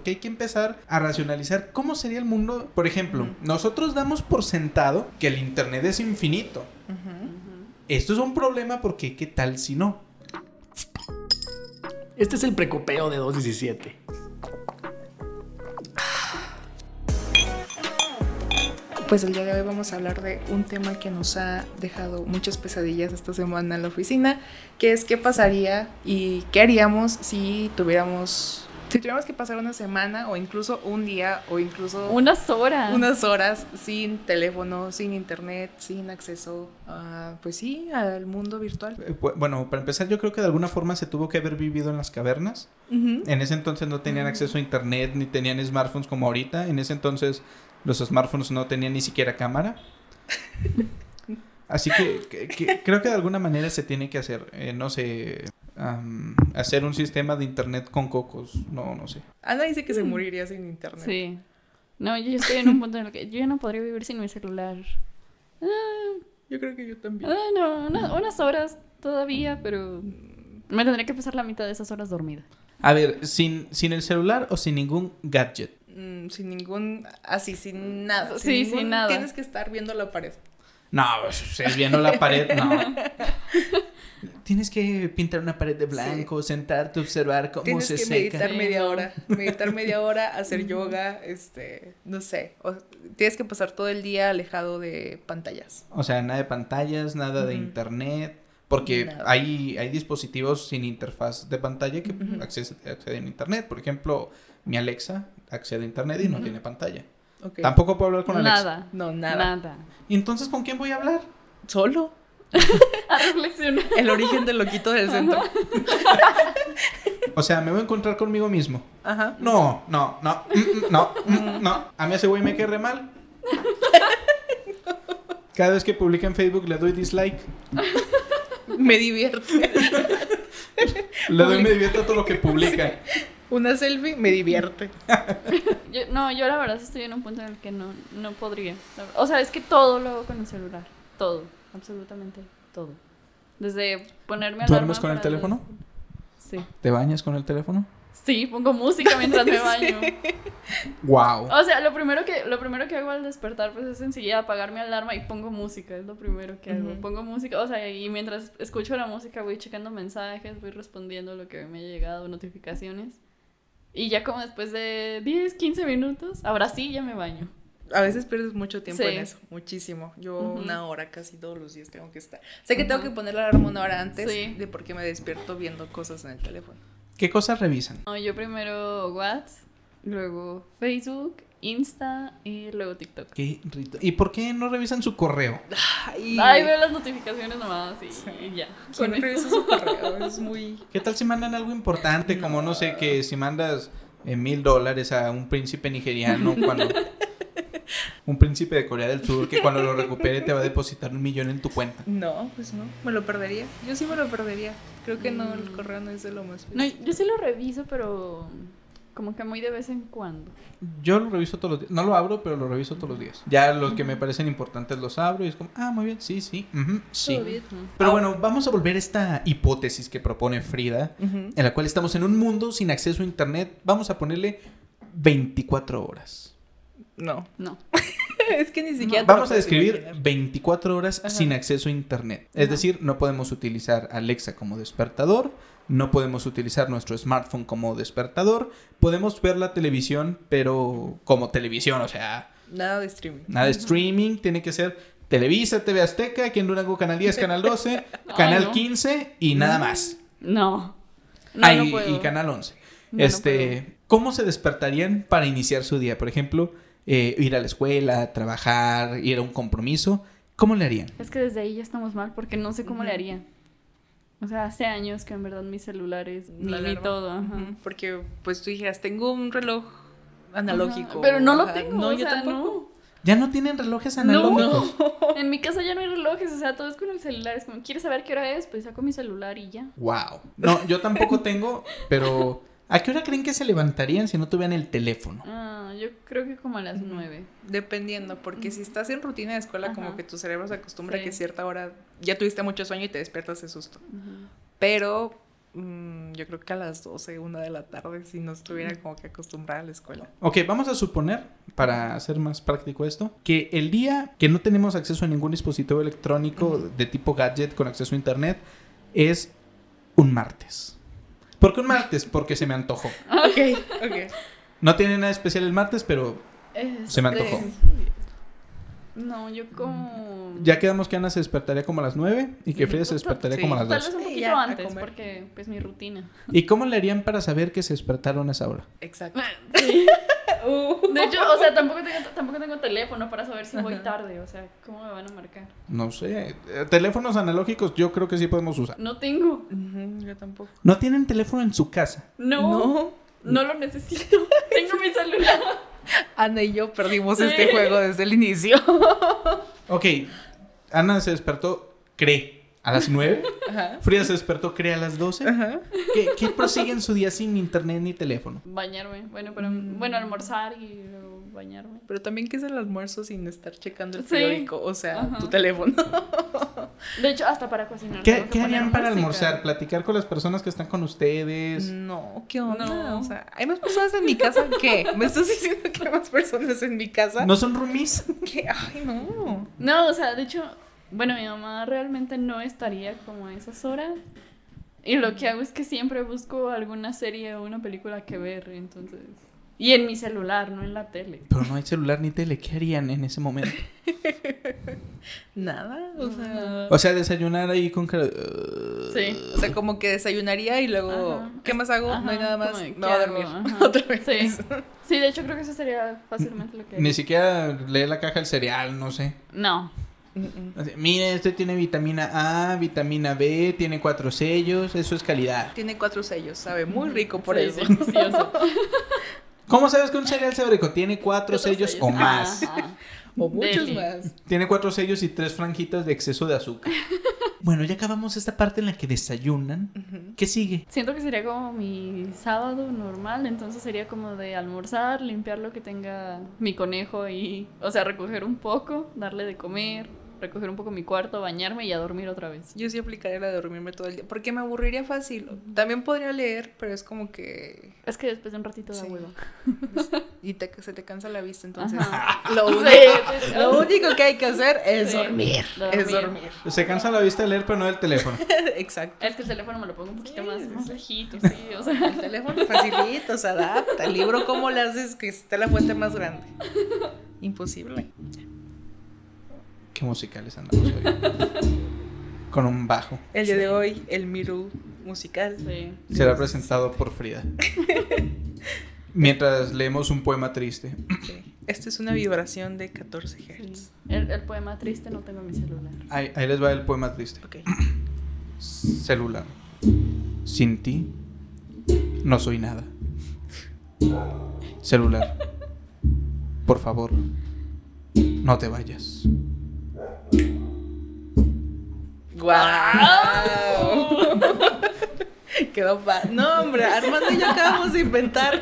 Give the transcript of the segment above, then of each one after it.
porque hay que empezar a racionalizar cómo sería el mundo. Por ejemplo, nosotros damos por sentado que el internet es infinito. Esto es un problema porque ¿qué tal si no? Este es el precopeo de 217. Pues el día de hoy vamos a hablar de un tema que nos ha dejado muchas pesadillas esta semana en la oficina, que es qué pasaría y qué haríamos si tuviéramos que pasar una semana o incluso un día o incluso unas horas sin teléfono, sin internet, sin acceso pues sí, al mundo virtual. Bueno, para empezar, yo creo que de alguna forma se tuvo que haber vivido en las cavernas. En ese entonces no tenían acceso a internet ni tenían smartphones como ahorita. En ese entonces los smartphones no tenían ni siquiera cámara. Así que creo que de alguna manera se tiene que hacer, no sé, hacer un sistema de internet con cocos, no sé. Ana dice que se moriría sin internet. Sí. No, yo estoy en un punto en el que yo ya no podría vivir sin mi celular. Yo creo que yo también. Unas horas todavía, pero me tendría que pasar la mitad de esas horas dormida. A ver, ¿sin el celular o sin ningún gadget? Sin ningún... Así, sin nada. Sí, sin nada. Tienes que estar viendo la pared. No, pues, viendo la pared, no. Tienes que pintar una pared de blanco, sentarte, observar cómo se seca. Tienes que meditar media hora, hacer yoga, no sé. Tienes que pasar todo el día alejado de pantallas. O sea, nada de pantallas, nada de internet. Porque hay dispositivos sin interfaz de pantalla que acceden a internet. Por ejemplo, mi Alexa accede a internet y no tiene pantalla. Okay. Tampoco puedo hablar con Alexa. Nada. ¿Y entonces con quién voy a hablar? Solo. A reflexionar. El origen del loquito del centro. O sea, me voy a encontrar conmigo mismo. Ajá. No. A mí ese güey me cae re mal. Cada vez que publica en Facebook le doy dislike. Me divierte. Me divierte todo lo que publica. Una selfie me divierte. Yo la verdad estoy en un punto en el que no podría. O sea, es que todo lo hago con el celular. Todo, absolutamente todo. Desde ponerme alarma. ¿Duermes con el teléfono? Sí. ¿Te bañas con el teléfono? Sí, pongo música mientras me baño. Wow. O sea, lo primero que hago al despertar pues es enseguida apagar mi alarma y pongo música, es lo primero que hago. Pongo música, o sea, y mientras escucho la música voy checando mensajes, voy respondiendo lo que me ha llegado, notificaciones. Y ya como después de 10, 15 minutos, ahora sí ya me baño. A veces pierdes mucho tiempo en eso, muchísimo. Yo 1 hora casi todos los días tengo que estar. Sé que tengo que poner la alarma 1 hora antes de porque me despierto viendo cosas en el teléfono. ¿Qué cosas revisan? No, yo primero WhatsApp, luego Facebook, Insta y luego TikTok. Qué rito. ¿Y por qué no revisan su correo? Ay, veo las notificaciones nomás y ya. Con revisa su correo, es muy... ¿Qué tal si mandan algo importante? Como no sé, que si mandas $1,000 a un príncipe nigeriano cuando... Un príncipe de Corea del Sur que cuando lo recupere te va a depositar $1,000,000 en tu cuenta. No, pues no, me lo perdería. Yo sí me lo perdería. Creo que no, el correo no es de lo más... No, yo sí lo reviso, pero como que muy de vez en cuando. Yo lo reviso todos los días. No lo abro, pero lo reviso todos los días. Ya los que me parecen importantes los abro y es como, muy bien, sí, sí. Todo bien. Pero bueno, vamos a volver a esta hipótesis que propone Frida, en la cual estamos en un mundo sin acceso a internet. Vamos a ponerle 24 horas. No. Es que ni siquiera... Vamos a describir 24 horas sin acceso a internet. Es decir, no podemos utilizar Alexa como despertador, no podemos utilizar nuestro smartphone como despertador, podemos ver la televisión, pero como televisión, o sea... Nada de streaming. Nada de streaming, tiene que ser Televisa, TV Azteca, aquí en Durango Canal 10, Canal 12, Canal 15 y nada más. No puedo. Y Canal 11. No puedo. ¿Cómo se despertarían para iniciar su día? Por ejemplo... ir a la escuela, trabajar, ir a un compromiso. ¿Cómo le harían? Es que desde ahí ya estamos mal porque no sé cómo le haría. O sea, hace años que en verdad mi celular es ni todo. Porque pues tú dijeras, tengo un reloj analógico. Pero no lo tengo. No, o yo sea, tampoco. ¿Ya no tienen relojes analógicos? No. En mi casa ya no hay relojes, o sea, todo es con el celular. Es como, ¿quieres saber qué hora es? Pues saco mi celular y ya. Wow. No, yo tampoco tengo, pero ¿a qué hora creen que se levantarían si no tuvieran el teléfono? Yo creo que como a las 9. Dependiendo, porque si estás en rutina de escuela, como que tu cerebro se acostumbra a que a cierta hora ya tuviste mucho sueño y te despiertas de susto. Pero Yo creo que a las 12, 1 de la tarde, si no estuviera como que acostumbrada a la escuela. Ok, vamos a suponer, para hacer más práctico esto, que el día que no tenemos acceso a ningún dispositivo electrónico de tipo gadget con acceso a internet es un martes. ¿Por qué un martes? Porque se me antojó. Ok. No tiene nada especial el martes, pero se me antojó. No, yo como... Ya quedamos que Ana se despertaría como a las 9 y que Frida se despertaría como a las Tal 12. vez un Sí, poquito ya, a antes, comer. porque pues mi rutina. ¿Y cómo le harían para saber que se despertaron a esa hora? Exacto. Sí. De hecho, o sea, tampoco tengo teléfono para saber si voy tarde. O sea, ¿cómo me van a marcar? No sé. Teléfonos analógicos yo creo que sí podemos usar. No tengo. Yo tampoco. ¿No tienen teléfono en su casa? No lo necesito. Tengo mi celular. Ana y yo perdimos Sí. este juego desde el inicio. Ok. Ana se despertó, cree, a las 9. Ajá. Frida se despertó, cree, a las 12. Ajá. ¿Qué prosigue en su día sin internet ni teléfono? Bañarme. Bueno, almorzar y luego bañarme. Pero también, ¿qué es el almuerzo sin estar checando el Sí. periódico? O sea, Ajá. tu teléfono. De hecho, hasta para cocinar. ¿Qué tengo que poner harían para música. almorzar? ¿Platicar con las personas que están con ustedes? No, ¿qué onda? No. O sea, ¿hay más personas en mi casa? ¿Qué? ¿Me estás diciendo que hay más personas en mi casa? ¿No son roomies? ¿Qué? Ay, no. No, o sea, de hecho, bueno, mi mamá realmente no estaría como a esas horas. Y lo que hago es que siempre busco alguna serie o una película que ver, entonces... Y en mi celular, no en la tele. Pero no hay celular ni tele. ¿Qué harían en ese momento? Nada, o sea... O sea, desayunar ahí con cara... Sí. O sea, como que desayunaría y luego... Ajá. ¿Qué más hago? Ajá, no hay nada más. como de, Me ¿qué voy a hago? dormir. Ajá. Otra vez. Sí. Sí, de hecho creo que eso sería fácilmente lo que... Ni siquiera lee la caja del cereal, no sé. No. Así, mire, este tiene vitamina A, vitamina B, tiene 4 sellos, eso es calidad. Tiene 4 sellos, sabe muy rico por Sí, eso. delicioso. ¿Cómo sabes que un cereal sabe rico? Tiene 4 sellos o más. Ajá. O muchos Deli. más. Tiene 4 sellos y 3 franjitas de exceso de azúcar. Bueno, ya acabamos esta parte en la que desayunan. ¿Qué sigue? Siento que sería como mi sábado normal, entonces sería como de almorzar, limpiar lo que tenga mi conejo y, o sea, recoger un poco, darle de comer, recoger un poco mi cuarto, bañarme y a dormir otra vez. Yo sí aplicaría la de dormirme todo el día. Porque me aburriría fácil. También podría leer, pero es como que... Es que después de un ratito da Sí. huevo. Y se te cansa la vista, entonces... Ajá. Lo único, Sí. lo único que hay que hacer es Sí. dormir. Es dormir. Se cansa la vista de leer, pero no del teléfono. Exacto. Es que el teléfono me lo pongo un poquito Sí, más sí. lejito, sí, o sea. El teléfono facilito, se adapta. El libro, ¿cómo le haces que esté la fuente más grande? Imposible. Qué musicales andamos hoy. Con un bajo. El día de hoy, el Miru musical. Sí. Será presentado por Frida. Mientras leemos un poema triste. Sí. Esta es una vibración de 14 Sí. Hz. El poema triste no tengo en mi celular. Ahí les va el poema triste. Ok. Celular. Sin ti no soy nada. Celular. Por favor, no te vayas. ¡Guau! Quedó No, hombre, Armando y yo acabamos de inventar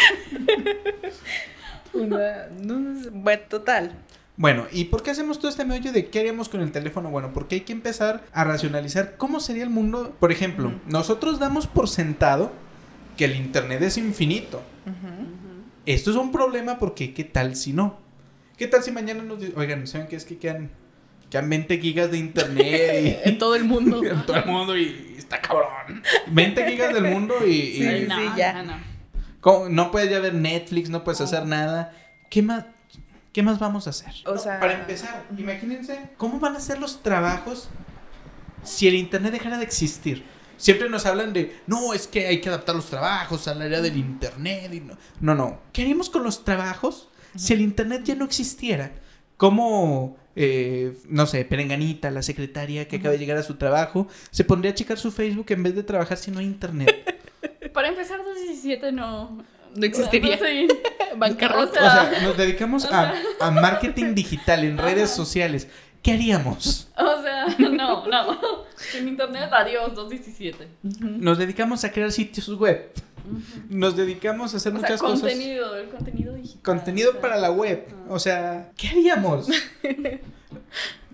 una... Bueno, total. Bueno, ¿y por qué hacemos todo este meollo de qué haríamos con el teléfono? Bueno, porque hay que empezar a racionalizar cómo sería el mundo. Por ejemplo, nosotros damos por sentado que el internet es infinito. Esto es un problema porque ¿qué tal si no? ¿Qué tal si mañana nos dicen, oigan, ¿saben qué es que quedan 20 gigas de internet En todo el mundo. y, en todo el mundo y está cabrón? 20 gigas del mundo y Sí, No, ya. no. ¿cómo? No puedes ya ver Netflix, no puedes hacer nada. ¿Qué más vamos a hacer? O sea- Para empezar, imagínense cómo van a ser los trabajos si el internet dejara de existir. Siempre nos hablan de, no, es que hay que adaptar los trabajos a la era del internet. Y no. ¿Qué haríamos con los trabajos si el internet ya no existiera? ¿Cómo, no sé, Perenganita, la secretaria que acaba de llegar a su trabajo, se pondría a checar su Facebook en vez de trabajar si no hay internet? Para empezar, 2017 no existiría. Sí. Bancarrota. O sea, nos dedicamos a marketing digital en redes sociales. ¿Qué haríamos? O sea, no. Sin internet, adiós, 2017. Nos dedicamos a crear sitios web. Nos dedicamos a hacer O sea, muchas cosas. el contenido digital. Contenido o sea, para la web. ajá. O sea, ¿qué haríamos?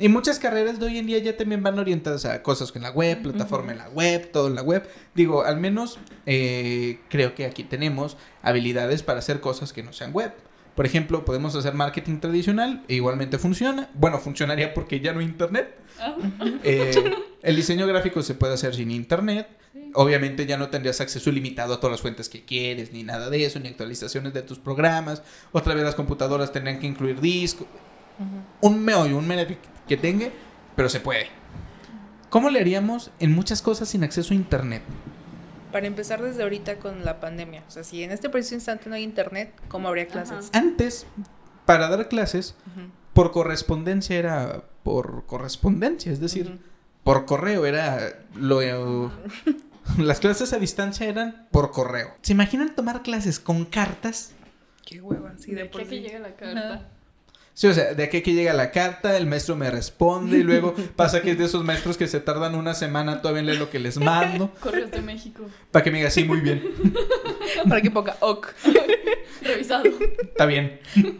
Y muchas carreras de hoy en día ya también van orientadas a cosas en la web, plataforma en la web, todo en la web. Digo, al menos creo que aquí tenemos habilidades para hacer cosas que no sean web. Por ejemplo, podemos hacer marketing tradicional e igualmente funciona. Bueno, funcionaría porque ya no hay internet. El diseño gráfico se puede hacer sin internet. Sí. Obviamente ya no tendrías acceso ilimitado a todas las fuentes que quieres, ni nada de eso, ni actualizaciones de tus programas. Otra vez las computadoras tendrían que incluir disco. Un meollo que tenga, pero se puede. ¿Cómo le haríamos en muchas cosas sin acceso a internet? Para empezar desde ahorita con la pandemia. O sea, si en este preciso instante no hay internet, ¿cómo habría clases? Antes, para dar clases, por correspondencia era por correspondencia, es decir, por correo era las clases a distancia eran por correo. ¿Se imaginan tomar clases con cartas? Qué hueva, sí, de por sí. Que llega la carta. Sí, o sea, de aquí que llega la carta, el maestro me responde y luego pasa que es de esos maestros que se tardan una semana todavía en leer lo que les mando. Correos de México. Para que me diga, sí, muy bien. Para que ponga ok. Revisado. Está bien.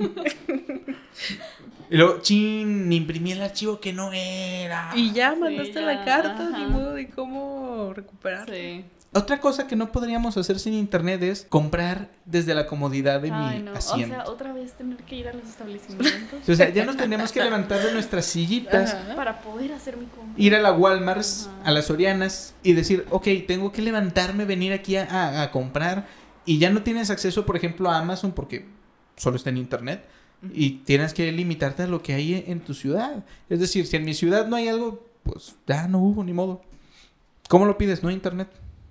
Y luego, chin, imprimí el archivo que no era. Y ya mandaste la carta, ni modo de cómo recuperar. Sí. Otra cosa que no podríamos hacer sin internet es comprar desde la comodidad de mi asiento. O sea, otra vez tener que ir a los establecimientos. O sea, ya nos tenemos que levantar de nuestras sillitas. Para poder hacer mi compra. Ir a la Walmart, a las Sorianas y decir, ok, tengo que levantarme, venir aquí a comprar. Y ya no tienes acceso, por ejemplo, a Amazon porque solo está en internet. Y tienes que limitarte a lo que hay en tu ciudad. Es decir, si en mi ciudad no hay algo, pues ya no hubo, ni modo. ¿Cómo lo pides? No hay internet.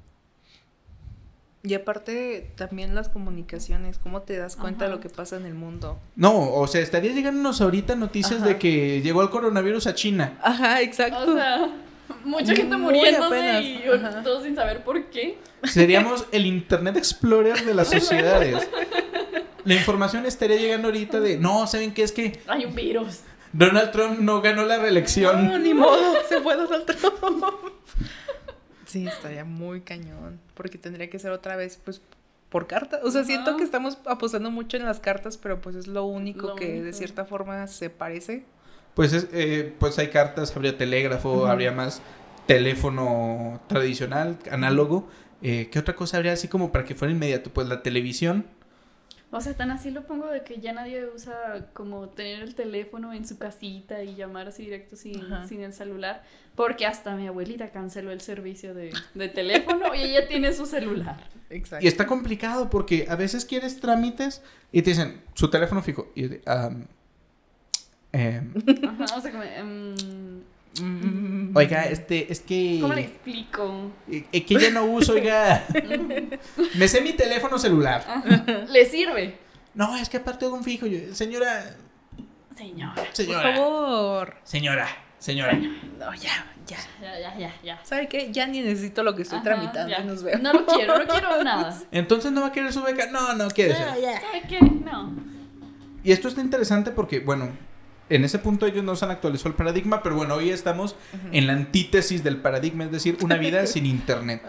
Y aparte, también las comunicaciones, ¿cómo te das cuenta de lo que pasa en el mundo? No, o sea, estaría llegándonos ahorita noticias de que llegó el coronavirus a China. Ajá, exacto. O sea, mucha gente muriéndose y todos sin saber por qué. Seríamos el Internet Explorer de las sociedades. La información estaría llegando ahorita de, no, ¿saben qué? Es que hay un virus. Donald Trump no ganó la reelección. No, ni modo, se fue Donald Trump. Sí, estaría muy cañón, porque tendría que ser otra vez, pues, por carta. O sea, siento que estamos apostando mucho en las cartas, pero pues es lo único que de cierta forma se parece. Pues pues hay cartas, habría telégrafo, habría más teléfono tradicional, análogo. ¿Qué otra cosa habría así como para que fuera inmediato? Pues la televisión. O sea, tan así lo pongo de que ya nadie usa como tener el teléfono en su casita y llamar así directo sin el celular. Porque hasta mi abuelita canceló el servicio de teléfono y ella tiene su celular. Exacto. Y está complicado porque a veces quieres trámites y te dicen su teléfono fijo. Y o sea, como... oiga, es que... ¿Cómo le explico? Que ya no uso, oiga. Me sé mi teléfono celular. ¿Le sirve? No, es que aparte de un fijo, señora. Por favor. Señora. No, ya. ¿Sabe qué? Ya ni necesito lo que estoy tramitando. Nos vemos. No lo quiero nada. Entonces no va a querer su beca. No quiere. ¿Sabe qué? No. Y esto está interesante porque, bueno, en ese punto ellos nos han actualizado el paradigma, pero bueno, hoy estamos en la antítesis del paradigma, es decir, una vida sin internet.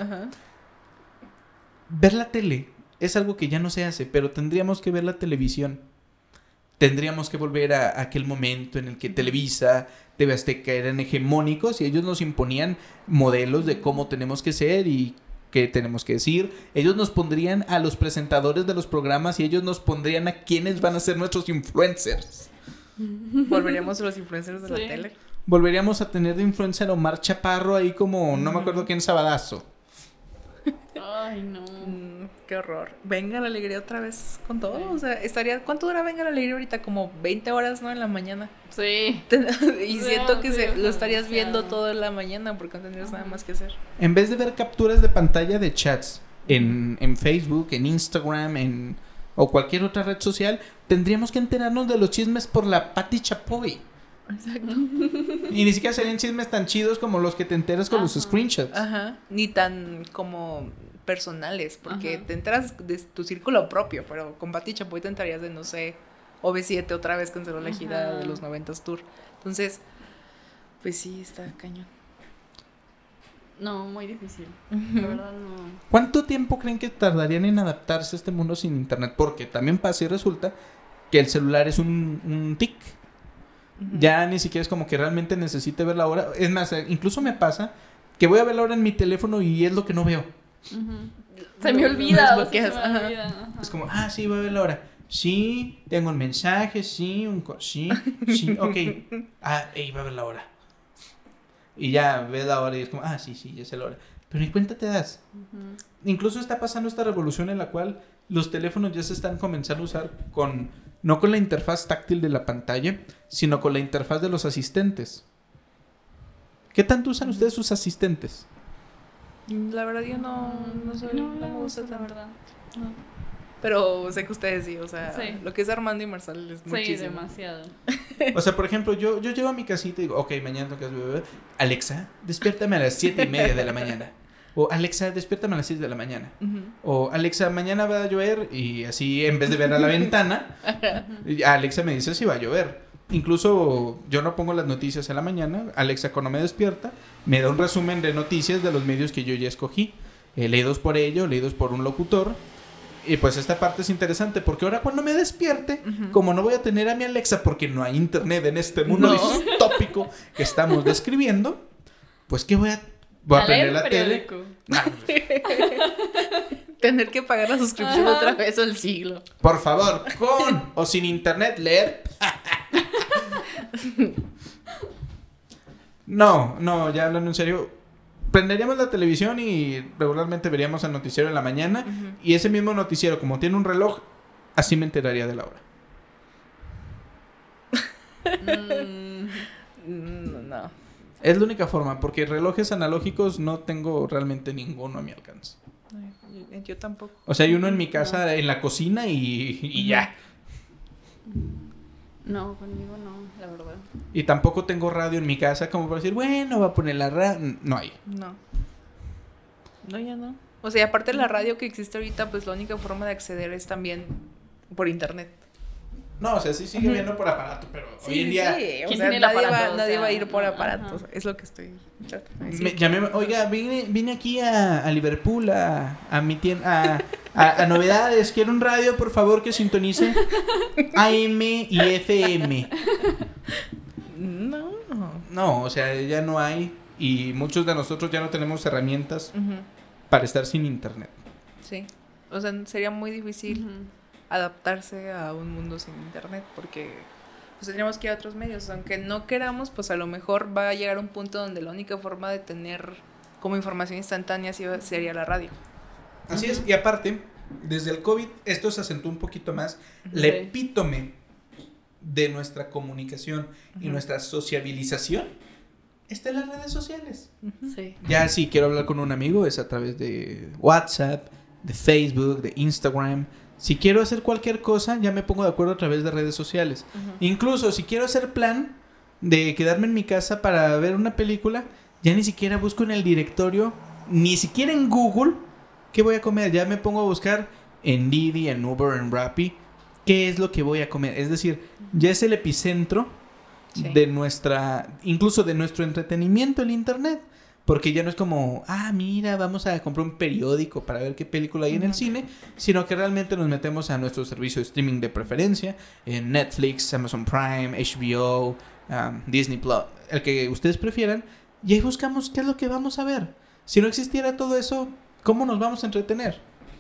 Ver la tele es algo que ya no se hace, pero tendríamos que ver la televisión. Tendríamos que volver a aquel momento en el que Televisa, TV Azteca eran hegemónicos y ellos nos imponían modelos de cómo tenemos que ser y qué tenemos que decir. Ellos nos pondrían a los presentadores de los programas y ellos nos pondrían a quiénes van a ser nuestros influencers. Volveríamos a los influencers de la tele. Volveríamos a tener de influencer a Omar Chaparro ahí como, no me acuerdo quién, Sabadazo. Ay, no. Qué horror. Venga la Alegría otra vez con todo. O sea, ¿cuánto dura Venga la Alegría ahorita? Como 20 horas, ¿no? En la mañana. Sí. Y siento que lo estarías viendo todo en la mañana porque no tendrías nada más que hacer. En vez de ver capturas de pantalla de chats en Facebook, en Instagram, o cualquier otra red social, tendríamos que enterarnos de los chismes por la Pati Chapoy. Exacto. Y ni siquiera serían chismes tan chidos como los que te enteras con los screenshots. Ni tan como personales, porque te enteras de tu círculo propio, pero con Pati Chapoy te enterarías de, no sé, OV7 otra vez canceló la gira de los 90s Tour. Entonces, pues sí, está cañón. No, muy difícil. La verdad no. ¿Cuánto tiempo creen que tardarían en adaptarse a este mundo sin internet? Porque también pasa y resulta que el celular es un tic. Ya ni siquiera es como que realmente necesite ver la hora. Es más, incluso me pasa que voy a ver la hora en mi teléfono y es lo que no veo. Se me olvida. No, se me olvida. Es como, sí, voy a ver la hora. Sí, tengo un mensaje, sí, sí, ok. Va a ver la hora. Y ya ves la hora y es como, sí, ya sé la hora. Pero ni cuenta te das. Incluso está pasando esta revolución en la cual los teléfonos ya se están comenzando a usar no con la interfaz táctil de la pantalla, sino con la interfaz de los asistentes. ¿Qué tanto usan ustedes sus asistentes? La verdad yo no me gusta la verdad. No. Pero sé que ustedes sí, o sea, sí. Lo que es Armando y Marsal es muchísimo. Sí, demasiado. O sea, por ejemplo, yo llego a mi casita y digo, ok, mañana tengo que hacer bebé. Alexa, despiértame a las 7:30 de la mañana. O Alexa, despiértame a las 6 de la mañana. O Alexa, mañana va a llover. Y así, en vez de ver a la ventana, Alexa me dice si va a llover. Incluso yo no pongo las noticias en la mañana. Alexa, cuando me despierta, me da un resumen de noticias de los medios que yo ya escogí. Leídos por ello, leídos por un locutor. Y pues esta parte es interesante porque ahora cuando me despierte, como no voy a tener a mi Alexa porque no hay internet en este mundo distópico que estamos describiendo, pues ¿qué voy a prender la tele? Tener que pagar la suscripción otra vez al siglo. Por favor, con o sin internet, leer. No, ya hablando en serio. Prenderíamos la televisión y regularmente veríamos el noticiero en la mañana. Y ese mismo noticiero, como tiene un reloj, así me enteraría de la hora. No. Es la única forma, porque relojes analógicos no tengo realmente ninguno a mi alcance. Yo tampoco. O sea, hay uno en mi casa, en la cocina y ya. No, conmigo no, la verdad. Y tampoco tengo radio en mi casa como para decir, bueno, va a poner la radio. No hay. No, ya no. O sea, aparte de la radio que existe ahorita, pues la única forma de acceder es también por internet. No, o sea, sí sigue viendo por aparato, pero Sí, hoy en día... Sí, o ¿quién sea, tiene el nadie aparato? nadie O sea, va a ir por ajá. aparatos. Es lo que estoy tratando de decir. Oiga, vine aquí a Liverpool a mi tienda, a Novedades. Quiero un radio, por favor, que sintonice AM y FM. No, o sea, ya no hay. Y muchos de nosotros ya no tenemos herramientas para estar sin internet. Sí. O sea, sería muy difícil adaptarse a un mundo sin internet porque pues tendríamos que ir a otros medios. Aunque no queramos, pues a lo mejor va a llegar un punto donde la única forma de tener como información instantánea sería la radio. Así es, y aparte, desde el COVID, esto se acentuó un poquito más. La epítome de nuestra comunicación y nuestra sociabilización está en las redes sociales. Sí. Ya si quiero hablar con un amigo es a través de WhatsApp, de Facebook, de Instagram. Si quiero hacer cualquier cosa, ya me pongo de acuerdo a través de redes sociales. Incluso si quiero hacer plan de quedarme en mi casa para ver una película, ya ni siquiera busco en el directorio, ni siquiera en Google, ¿qué voy a comer? Ya me pongo a buscar en Didi, en Uber, en Rappi, ¿qué es lo que voy a comer? Es decir, ya es el epicentro de incluso de nuestro entretenimiento el internet. Porque ya no es como, mira, vamos a comprar un periódico para ver qué película hay en el cine, sino que realmente nos metemos a nuestro servicio de streaming de preferencia, en Netflix, Amazon Prime, HBO, Disney Plus, el que ustedes prefieran, y ahí buscamos qué es lo que vamos a ver. Si no existiera todo eso, ¿cómo nos vamos a entretener?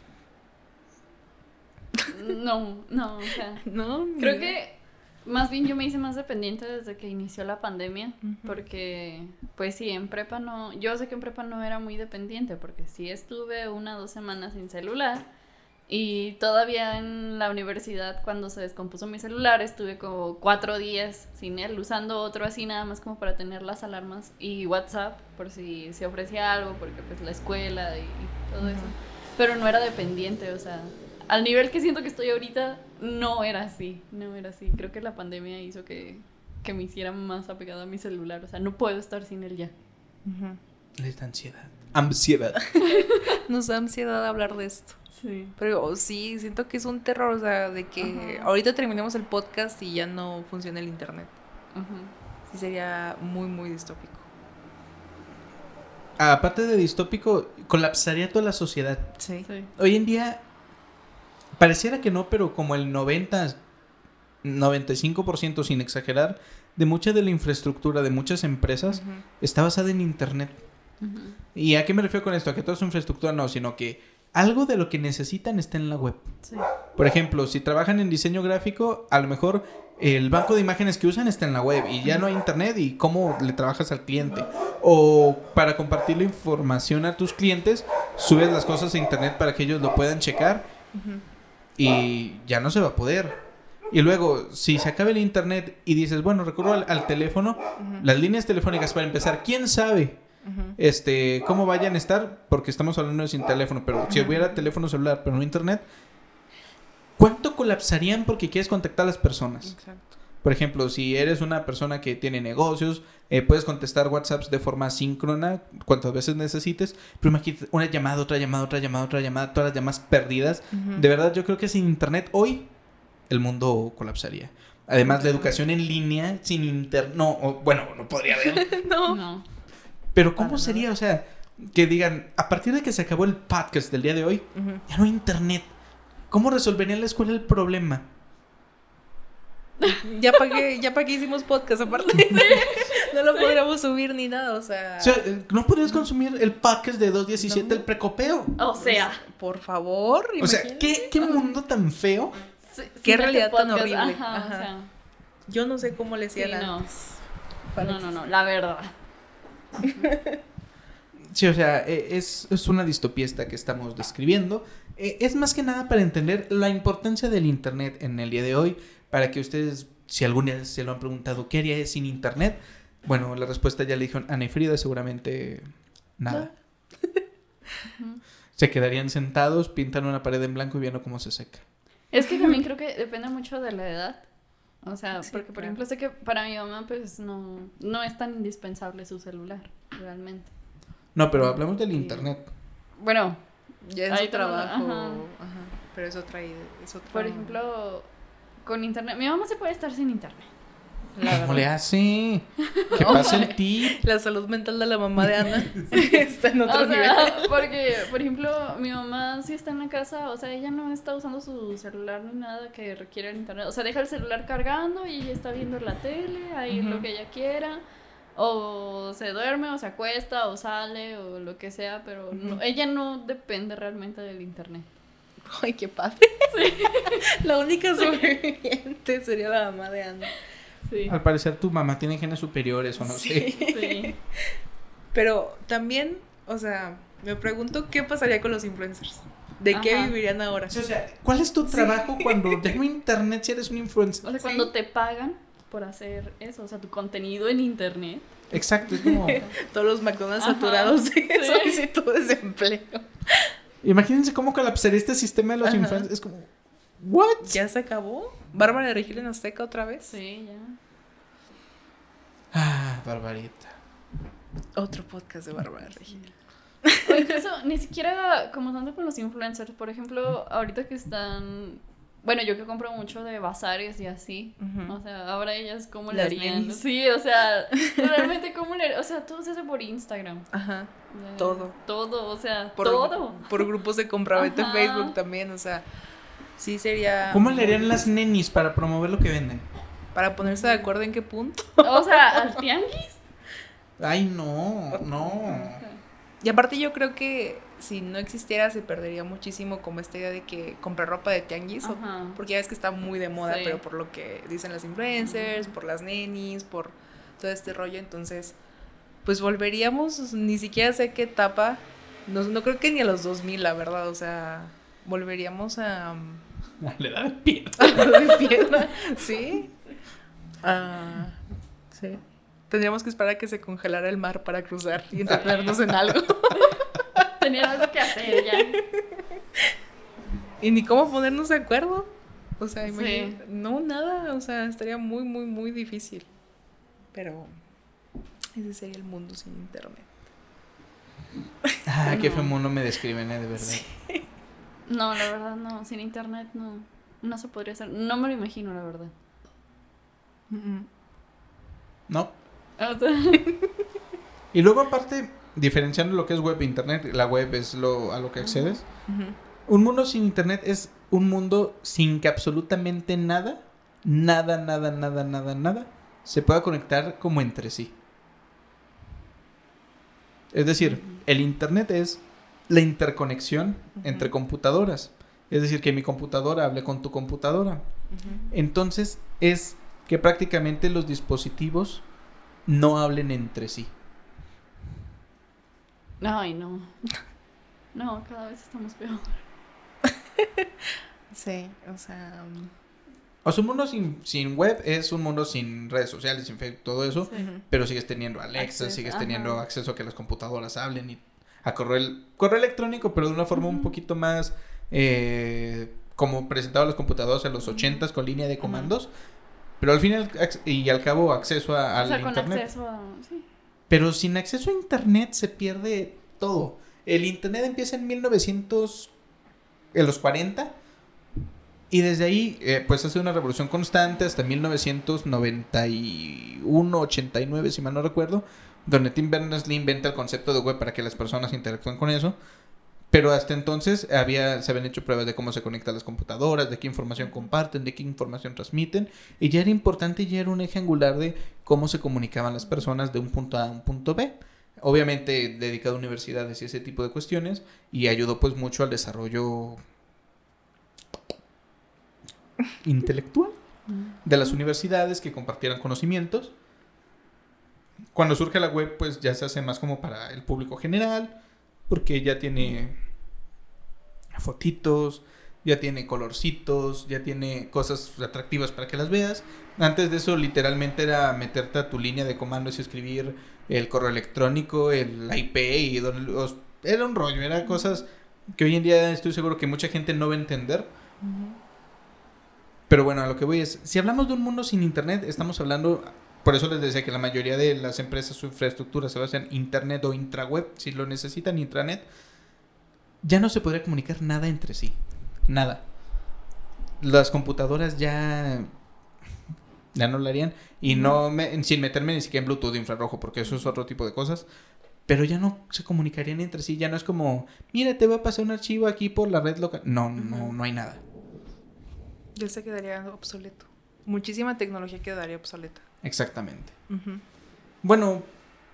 No, o sea, creo que más bien yo me hice más dependiente desde que inició la pandemia, porque pues sí, en prepa no, yo sé que en prepa no era muy dependiente, porque sí estuve 1 o 2 semanas sin celular, y todavía en la universidad cuando se descompuso mi celular estuve como 4 días sin él, usando otro así nada más como para tener las alarmas y WhatsApp por si se ofrecía algo, porque pues la escuela y todo eso, pero no era dependiente, o sea, al nivel que siento que estoy ahorita, no era así. Creo que la pandemia hizo que me hiciera más apegada a mi celular. O sea, no puedo estar sin él ya. Les da ansiedad. Nos da ansiedad hablar de esto. Sí. Pero sí, siento que es un terror, o sea, de que ahorita terminemos el podcast y ya no funciona el internet. Sí, sería muy, muy distópico. Aparte de distópico, colapsaría toda la sociedad. Sí. Hoy en día... Pareciera que no, pero como el 90, 95% sin exagerar, de mucha de la infraestructura de muchas empresas está basada en internet. ¿Y a qué me refiero con esto? ¿A que toda su infraestructura? No, sino que algo de lo que necesitan está en la web. Sí. Por ejemplo, si trabajan en diseño gráfico, a lo mejor el banco de imágenes que usan está en la web y ya no hay internet y cómo le trabajas al cliente. O para compartir la información a tus clientes, subes las cosas a internet para que ellos lo puedan checar y ya no se va a poder. Y luego, si se acaba el internet y dices, bueno, recurro al teléfono, las líneas telefónicas para empezar, ¿quién sabe cómo vayan a estar? Porque estamos hablando de sin teléfono, pero si hubiera teléfono celular pero no internet, ¿cuánto colapsarían porque quieres contactar a las personas? Exacto. Por ejemplo, si eres una persona que tiene negocios, puedes contestar WhatsApps de forma síncrona cuantas veces necesites, pero imagínate una llamada, otra llamada, otra llamada, otra llamada, todas las llamadas perdidas. De verdad, yo creo que sin internet hoy el mundo colapsaría. Además, la educación en línea sin internet, no podría haber. No. Pero ¿cómo sería? O sea, que digan, a partir de que se acabó el podcast del día de hoy, ya no hay internet. ¿Cómo resolvería la escuela el problema? Ya para qué hicimos podcast aparte. No lo podríamos subir ni nada, o sea, ¿no podrías consumir el podcast de 217 el precopeo? O sea, por favor. O sea, ¿qué mundo tan feo? Qué realidad tan horrible. Ajá. O sea, yo no sé cómo le hacían sí, antes. no, la verdad. Sí, o sea, es una distopía esta que estamos describiendo. Es más que nada para entender la importancia del internet en el día de hoy, para que ustedes, si algún día se lo han preguntado, ¿qué haría sin internet? Bueno, la respuesta ya le dijo Ana y Frida, seguramente nada. Se quedarían sentados, pintan una pared en blanco y viendo cómo se seca. Es que también creo que depende mucho de la edad. O sea, Sí, porque por claro. ejemplo sé que para mi mamá pues no es tan indispensable su celular, realmente. No, pero hablamos del internet. Bueno, Ya es ahí su tenemos- trabajo. ajá. Ajá. Pero es otra idea. por ejemplo, con internet, mi mamá se puede estar sin internet. ¿Cómo le hace? ¿Qué pasa el tip? La salud mental de la mamá de Ana está en otro O sea, nivel. porque, por ejemplo, mi mamá sí está en la casa, o sea, ella no está usando su celular ni nada que requiera el internet. O sea, deja el celular cargando y ella está viendo la tele, ahí lo que ella quiera. O se duerme, o se acuesta, o sale, o lo que sea, pero ella no depende realmente del internet. Ay, qué padre. La única sobreviviente sería la mamá de Ana. Sí. Al parecer tu mamá tiene genes superiores o no sé. Sí. Pero también, o sea, me pregunto qué pasaría con los influencers. ¿De qué Ajá. vivirían ahora? O sea, ¿cuál es tu trabajo cuando ya no hay internet si eres un influencer? O sea, cuando te pagan por hacer eso, o sea, tu contenido en internet. Exacto, es como... Todos los McDonald's Ajá, saturados de sí. solicitudes de empleo. Imagínense cómo colapsaría este sistema de los Ajá. influencers. Es como... ¿What? ¿Ya se acabó? ¿Bárbara de Regil en Azteca otra vez? Sí, ya. Barbarita. Otro podcast de Bárbara de Regil. O incluso ni siquiera como tanto con los influencers. Por ejemplo, ahorita que están. Bueno, yo que compro mucho de bazares y así. Ujú. O sea, ahora ellas cómo le Las harían. nenis. Sí, o sea, realmente cómo le. O sea, todo se hace por Instagram. Ajá. Ya, Todo. Todo, o sea, Por, todo. por grupos de compraventa en Ajá. Facebook también, o sea, sí sería... ¿Cómo le harían las nenis para promover lo que venden? Para ponerse de acuerdo en qué punto. O sea, al tianguis. Ay, no. Y aparte yo creo que si no existiera se perdería muchísimo como esta idea de que comprar ropa de tianguis, Ajá. porque ya ves que está muy de moda, Sí. pero por lo que dicen las influencers, por las nenis, por todo este rollo, entonces pues volveríamos, ni siquiera sé qué etapa, no creo que ni a los 2000, la verdad, o sea, volveríamos a Le da el pie. de piedra, ¿sí? Sí. Tendríamos que esperar a que se congelara el mar para cruzar y entretenernos en algo. Tenían algo que hacer ya. Y ni cómo ponernos de acuerdo. O sea, Sí. imagínate. No, nada. O sea, estaría muy, muy, muy difícil. Pero ese sería el mundo sin internet. Qué feo mundo me describen, de verdad. Sí. No, la verdad no. Sin internet no se podría hacer. No me lo imagino, la verdad. ¿No? O sea, Y luego aparte, diferenciando lo que es web e internet, la web es a lo que accedes. Ujú. Un mundo sin internet es un mundo sin que absolutamente nada nada se pueda conectar como entre sí. Es decir, el internet es la interconexión entre computadoras. Es decir, que mi computadora hable con tu computadora. Entonces, es que prácticamente los dispositivos no hablen entre sí. Ay, no. No, cada vez estamos peor. Sí, o sea... O sea, un mundo sin web es un mundo sin redes sociales, sin Facebook, todo eso. Sí. Pero sigues teniendo Alexa, Acceso, sigues ajá. teniendo acceso a que las computadoras hablen y a correo electrónico, pero de una forma un poquito más como presentaban las computadoras en los 80s con línea de comandos. Pero al fin y al cabo acceso al o sea, con internet. acceso a... Sí. Pero sin acceso a internet se pierde todo. El internet empieza en 1940 y desde ahí pues hace una revolución constante hasta 1991, 89 si mal no recuerdo, donde Tim Berners-Lee inventa el concepto de web para que las personas interactúen con eso. Pero hasta entonces se habían hecho pruebas de cómo se conectan las computadoras, de qué información comparten, de qué información transmiten. Y ya era importante, ya era un eje angular de cómo se comunicaban las personas de un punto A a un punto B. Obviamente dedicado a universidades y ese tipo de cuestiones. Y ayudó pues mucho al desarrollo intelectual de las universidades que compartieran conocimientos. Cuando surge la web pues ya se hace más como para el público general. Porque ya tiene fotitos, ya tiene colorcitos, ya tiene cosas atractivas para que las veas. Antes de eso literalmente era meterte a tu línea de comandos y escribir el correo electrónico, el IP y era un rollo, eran cosas que hoy en día estoy seguro que mucha gente no va a entender. Pero bueno, a lo que voy es, si hablamos de un mundo sin internet, estamos hablando... Por eso les decía que la mayoría de las empresas, su infraestructura se basa en internet o intraweb. Si lo necesitan, intranet. Ya no se podría comunicar nada entre sí. Nada. Las computadoras ya no lo harían. Y sin meterme ni siquiera en Bluetooth infrarrojo, porque eso es otro tipo de cosas. Pero ya no se comunicarían entre sí. Ya no es como, mira, te voy a pasar un archivo aquí por la red local. No hay nada. Ya se quedaría obsoleto. Muchísima tecnología quedaría obsoleta. Exactamente. Bueno,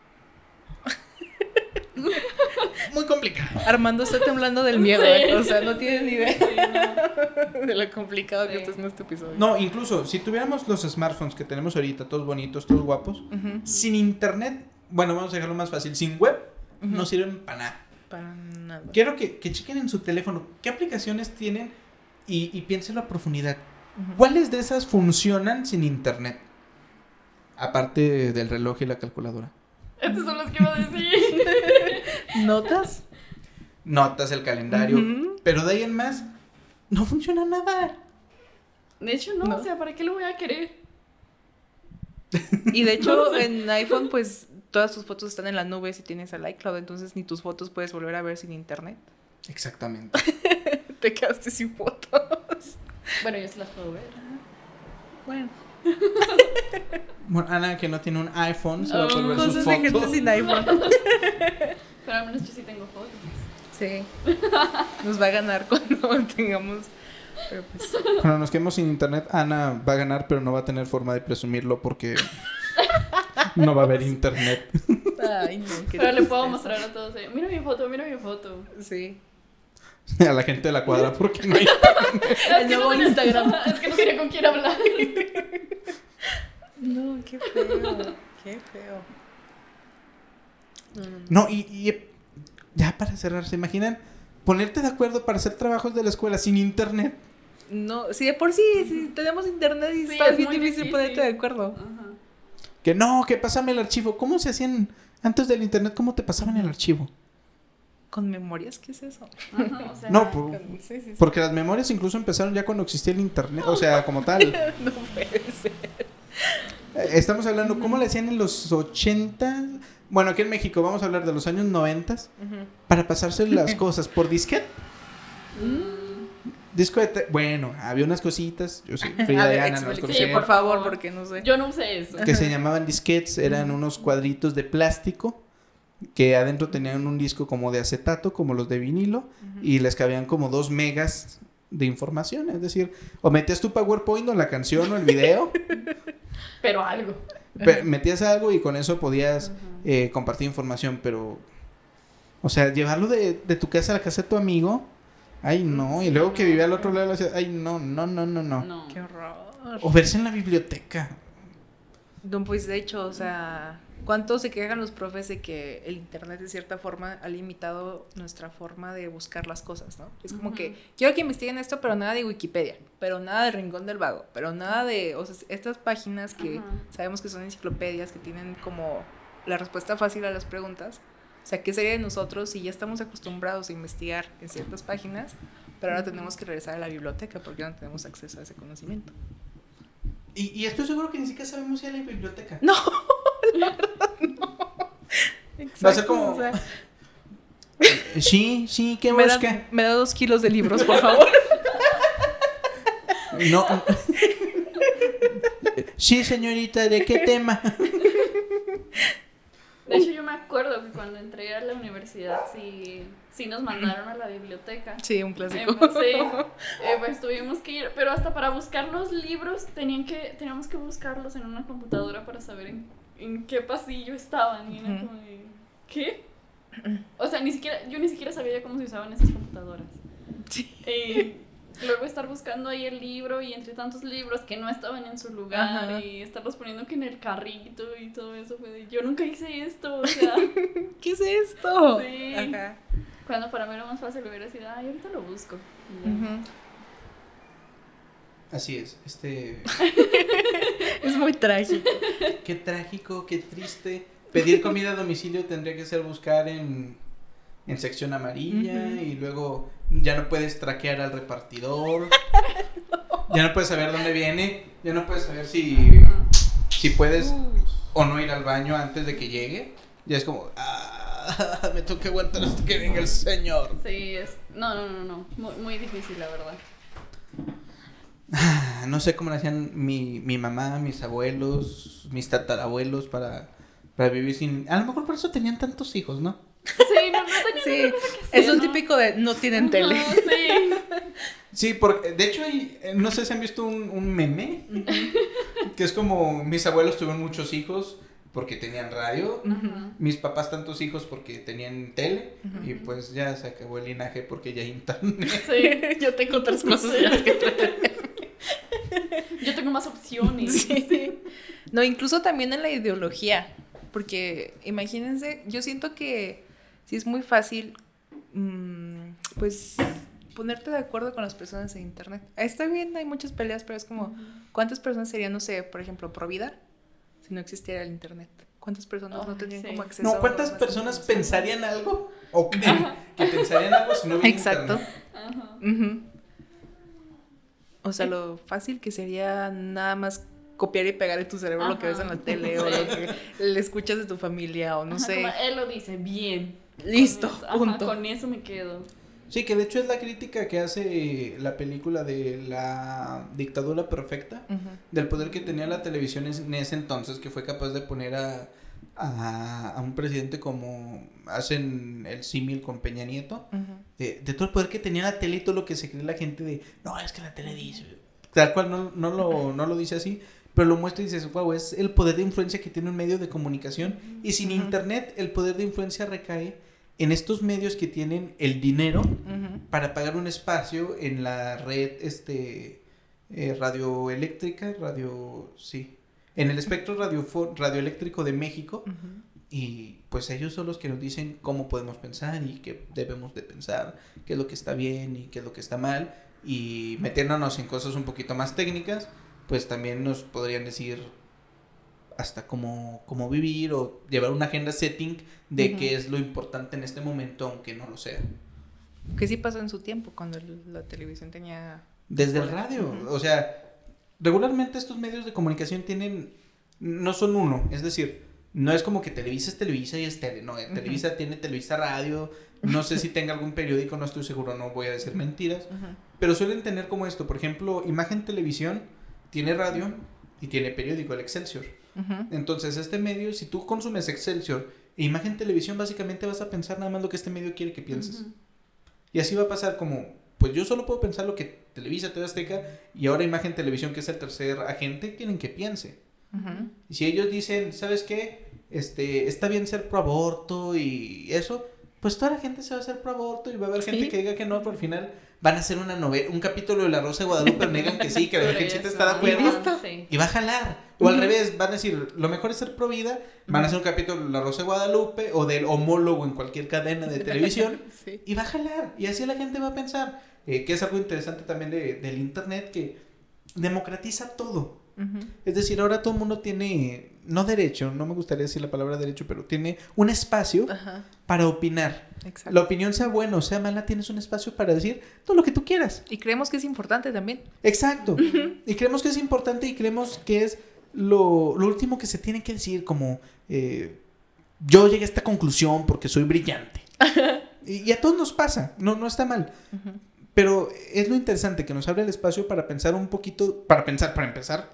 muy complicado. Armando está temblando del miedo, Sí. o sea, no tiene ni idea Sí, no. de lo complicado que Sí. está en este episodio. No, incluso si tuviéramos los smartphones que tenemos ahorita, todos bonitos, todos guapos, sin internet, bueno, vamos a dejarlo más fácil, sin web, no sirven para nada. Para nada. Quiero que chequen en su teléfono qué aplicaciones tienen y piénsenlo a profundidad. ¿Cuáles de esas funcionan sin internet? Aparte del reloj y la calculadora. Estos son los que iba a decir. ¿Notas? Notas, el calendario. Pero de ahí en más, no funciona nada. De hecho, no, o sea, ¿para qué lo voy a querer? Y de hecho, en iPhone, pues, todas tus fotos están en la nube si tienes el iCloud, entonces ni tus fotos puedes volver a ver sin internet. Exactamente. Te quedaste sin fotos. Bueno, yo sí las puedo ver. Bueno, Bueno, Ana, que no tiene un iPhone, se va a poder ver sus cosas de gente fotos. sin iPhone. Pero al menos yo sí tengo fotos. Sí. Nos va a ganar cuando tengamos. Pero pues. Cuando nos quedemos sin internet, Ana va a ganar, pero no va a tener forma de presumirlo porque no va a haber internet. Ay, no. Qué Pero le puedo tristeza. mostrar a todos. Mira mi foto, mira mi foto. Sí. A la gente de la cuadra porque no hay... El nuevo Instagram. Es que no tenía con quién hablar. No, qué feo. Qué feo. No, y ya para cerrar, ¿se imaginan? Ponerte de acuerdo para hacer trabajos de la escuela sin internet. No, sí, de por sí, si tenemos internet y Sí, está es bien muy difícil difícil. ponerte de acuerdo. Ajá. Que pásame el archivo. ¿Cómo se hacían antes del internet? ¿Cómo te pasaban el archivo? ¿Con memorias? ¿Qué es eso? Ajá, o sea, No, Sí, sí. porque las memorias incluso empezaron ya cuando existía el internet. O sea, como tal. No puede ser. Estamos hablando, ¿cómo le hacían en los 80? Bueno, aquí en México vamos a hablar de los años 90 para pasarse las cosas por disquete. Disco de... Bueno, había unas cositas. Yo sé, Frida A y ver, Ana nos explique, conocen. por favor, porque no sé. yo no usé eso. Que se llamaban disquetes, eran unos cuadritos de plástico que adentro tenían un disco como de acetato, como los de vinilo, y les cabían como 2 megas de información. Es decir, o metías tu PowerPoint o la canción o el video. Pero algo. Metías algo y con eso podías compartir información, pero... O sea, llevarlo de tu casa a la casa de tu amigo... Ay, no. Y luego que vive al otro lado de la ciudad... Ay, no. Qué horror. O verse en la biblioteca. No, pues de hecho, o sea... ¿Cuánto se quejan los profes de que el internet de cierta forma ha limitado nuestra forma de buscar las cosas, ¿no? Es como que quiero que investiguen esto, pero nada de Wikipedia, pero nada de Rincón del Vago, pero nada de, o sea, estas páginas que sabemos que son enciclopedias, que tienen como la respuesta fácil a las preguntas. O sea, ¿qué sería de nosotros si ya estamos acostumbrados a investigar en ciertas páginas, pero ahora tenemos que regresar a la biblioteca porque no tenemos acceso a ese conocimiento? Y estoy seguro que ni siquiera sabemos si hay la biblioteca. No, la verdad no. Exacto, Va a ser como... o sea, sí, ¿qué busca? me da 2 kilos de libros, por favor. No. Sí, señorita, ¿de qué tema? De hecho, yo me acuerdo que cuando entré a la universidad sí nos mandaron a la biblioteca. Sí, un clásico. Pues tuvimos que ir, pero hasta para buscar los libros teníamos que buscarlos en una computadora para saber en qué pasillo estaban. Y era como de, ¿qué? O sea, yo ni siquiera sabía cómo se usaban esas computadoras. Sí. Luego estar buscando ahí el libro y entre tantos libros que no estaban en su lugar. Ajá. Y estarlos poniendo que en el carrito y todo eso fue de, yo nunca hice esto, o sea. ¿Qué es esto? Sí. Ajá. Cuando para mí lo más fácil hubiera sido, ay, ahorita lo busco. Y ya. Así es, Es muy trágico. Qué trágico, qué triste. Pedir comida a domicilio tendría que ser buscar en sección amarilla y luego ya no puedes traquear al repartidor. Ya no puedes saber dónde viene, ya no puedes saber si puedes o no ir al baño antes de que llegue. Ya es como, me tengo que aguantar hasta que venga el señor. Sí, no, muy difícil, la verdad. No sé cómo lo hacían mi mamá, mis abuelos, mis tatarabuelos para vivir sin... A lo mejor por eso tenían tantos hijos, ¿no? Sí, no tenía otra cosa que hacer, es un ¿no? típico de no tienen tele. Sí. Sí, porque de hecho no sé si han visto un meme que es como mis abuelos tuvieron muchos hijos porque tenían radio, mis papás tantos hijos porque tenían tele y pues ya se acabó el linaje porque ya hay internet. Sí. Yo tengo otras cosas en las que entretenerme. Yo tengo más opciones. Sí. No, incluso también en la ideología, porque imagínense, yo siento que sí es muy fácil, pues, ponerte de acuerdo con las personas en internet. Está bien, hay muchas peleas, pero es como, ¿cuántas personas serían, no sé, por ejemplo, pro vida, si no existiera el internet? ¿Cuántas personas no tendrían como acceso? No, ¿cuántas personas pensarían algo o creen que pensarían algo si no hubiera Exacto. internet? O sea, lo fácil que sería nada más copiar y pegar en tu cerebro lo que ves en la tele o lo que le escuchas de tu familia o no sé. Como él lo dice bien. Listo, Con eso, punto. Con eso me quedo. Sí, que de hecho es la crítica que hace la película de la dictadura perfecta, del poder que tenía la televisión en ese entonces, que fue capaz de poner a un presidente como hacen el símil con Peña Nieto, de todo el poder que tenía la tele y todo lo que se cree la gente de, no, es que la tele dice, tal cual no lo dice así, pero lo muestra y dices, wow, es el poder de influencia que tiene un medio de comunicación, y sin internet el poder de influencia recae en estos medios que tienen el dinero para pagar un espacio en la red radioeléctrica, en el espectro radioeléctrico de México, y pues ellos son los que nos dicen cómo podemos pensar y qué debemos de pensar, qué es lo que está bien y qué es lo que está mal, y metiéndonos en cosas un poquito más técnicas, pues también nos podrían decir hasta cómo vivir o llevar una agenda setting de qué es lo importante en este momento, aunque no lo sea. Que sí pasó en su tiempo, cuando la televisión tenía... Desde el radio, o sea, regularmente estos medios de comunicación no son uno, es decir, no es como que Televisa es Televisa y es tele, no, Televisa tiene Televisa Radio, no sé si tenga algún periódico, no estoy seguro, no voy a decir mentiras, pero suelen tener como esto, por ejemplo, Imagen Televisión tiene radio y tiene periódico, el Excelsior. Entonces este medio, si tú consumes Excelsior e Imagen Televisión, básicamente vas a pensar nada más lo que este medio quiere que pienses. Y así va a pasar como pues yo solo puedo pensar lo que Televisa, TV Azteca y ahora Imagen Televisión, que es el tercer agente, quieren que piense. Ujú. Y si ellos dicen, ¿sabes qué? Está bien ser pro aborto y eso, pues toda la gente se va a hacer pro aborto y va a haber gente que diga que no, pero al final van a hacer una novela, un capítulo de La Rosa de Guadalupe, pero negan que sí, que la Virgencita está de acuerdo y va a jalar. O al revés, van a decir, lo mejor es ser pro vida, van a hacer un capítulo de La Rosa de Guadalupe o del homólogo en cualquier cadena de televisión Sí. y va a jalar. Y así la gente va a pensar, que es algo interesante también del internet, que democratiza todo. Ujú. Es decir, ahora todo el mundo tiene, no derecho, no me gustaría decir la palabra derecho, pero tiene un espacio Ajá, para opinar. exacto. La opinión sea buena o sea mala, tienes un espacio para decir todo lo que tú quieras. Y creemos que es importante también. Exacto. Y creemos que es importante y creemos que es lo último que se tiene que decir, como yo llegué a esta conclusión porque soy brillante. Y a todos nos pasa, no está mal. Ujú. Pero es lo interesante, que nos abre el espacio para pensar un poquito, para empezar.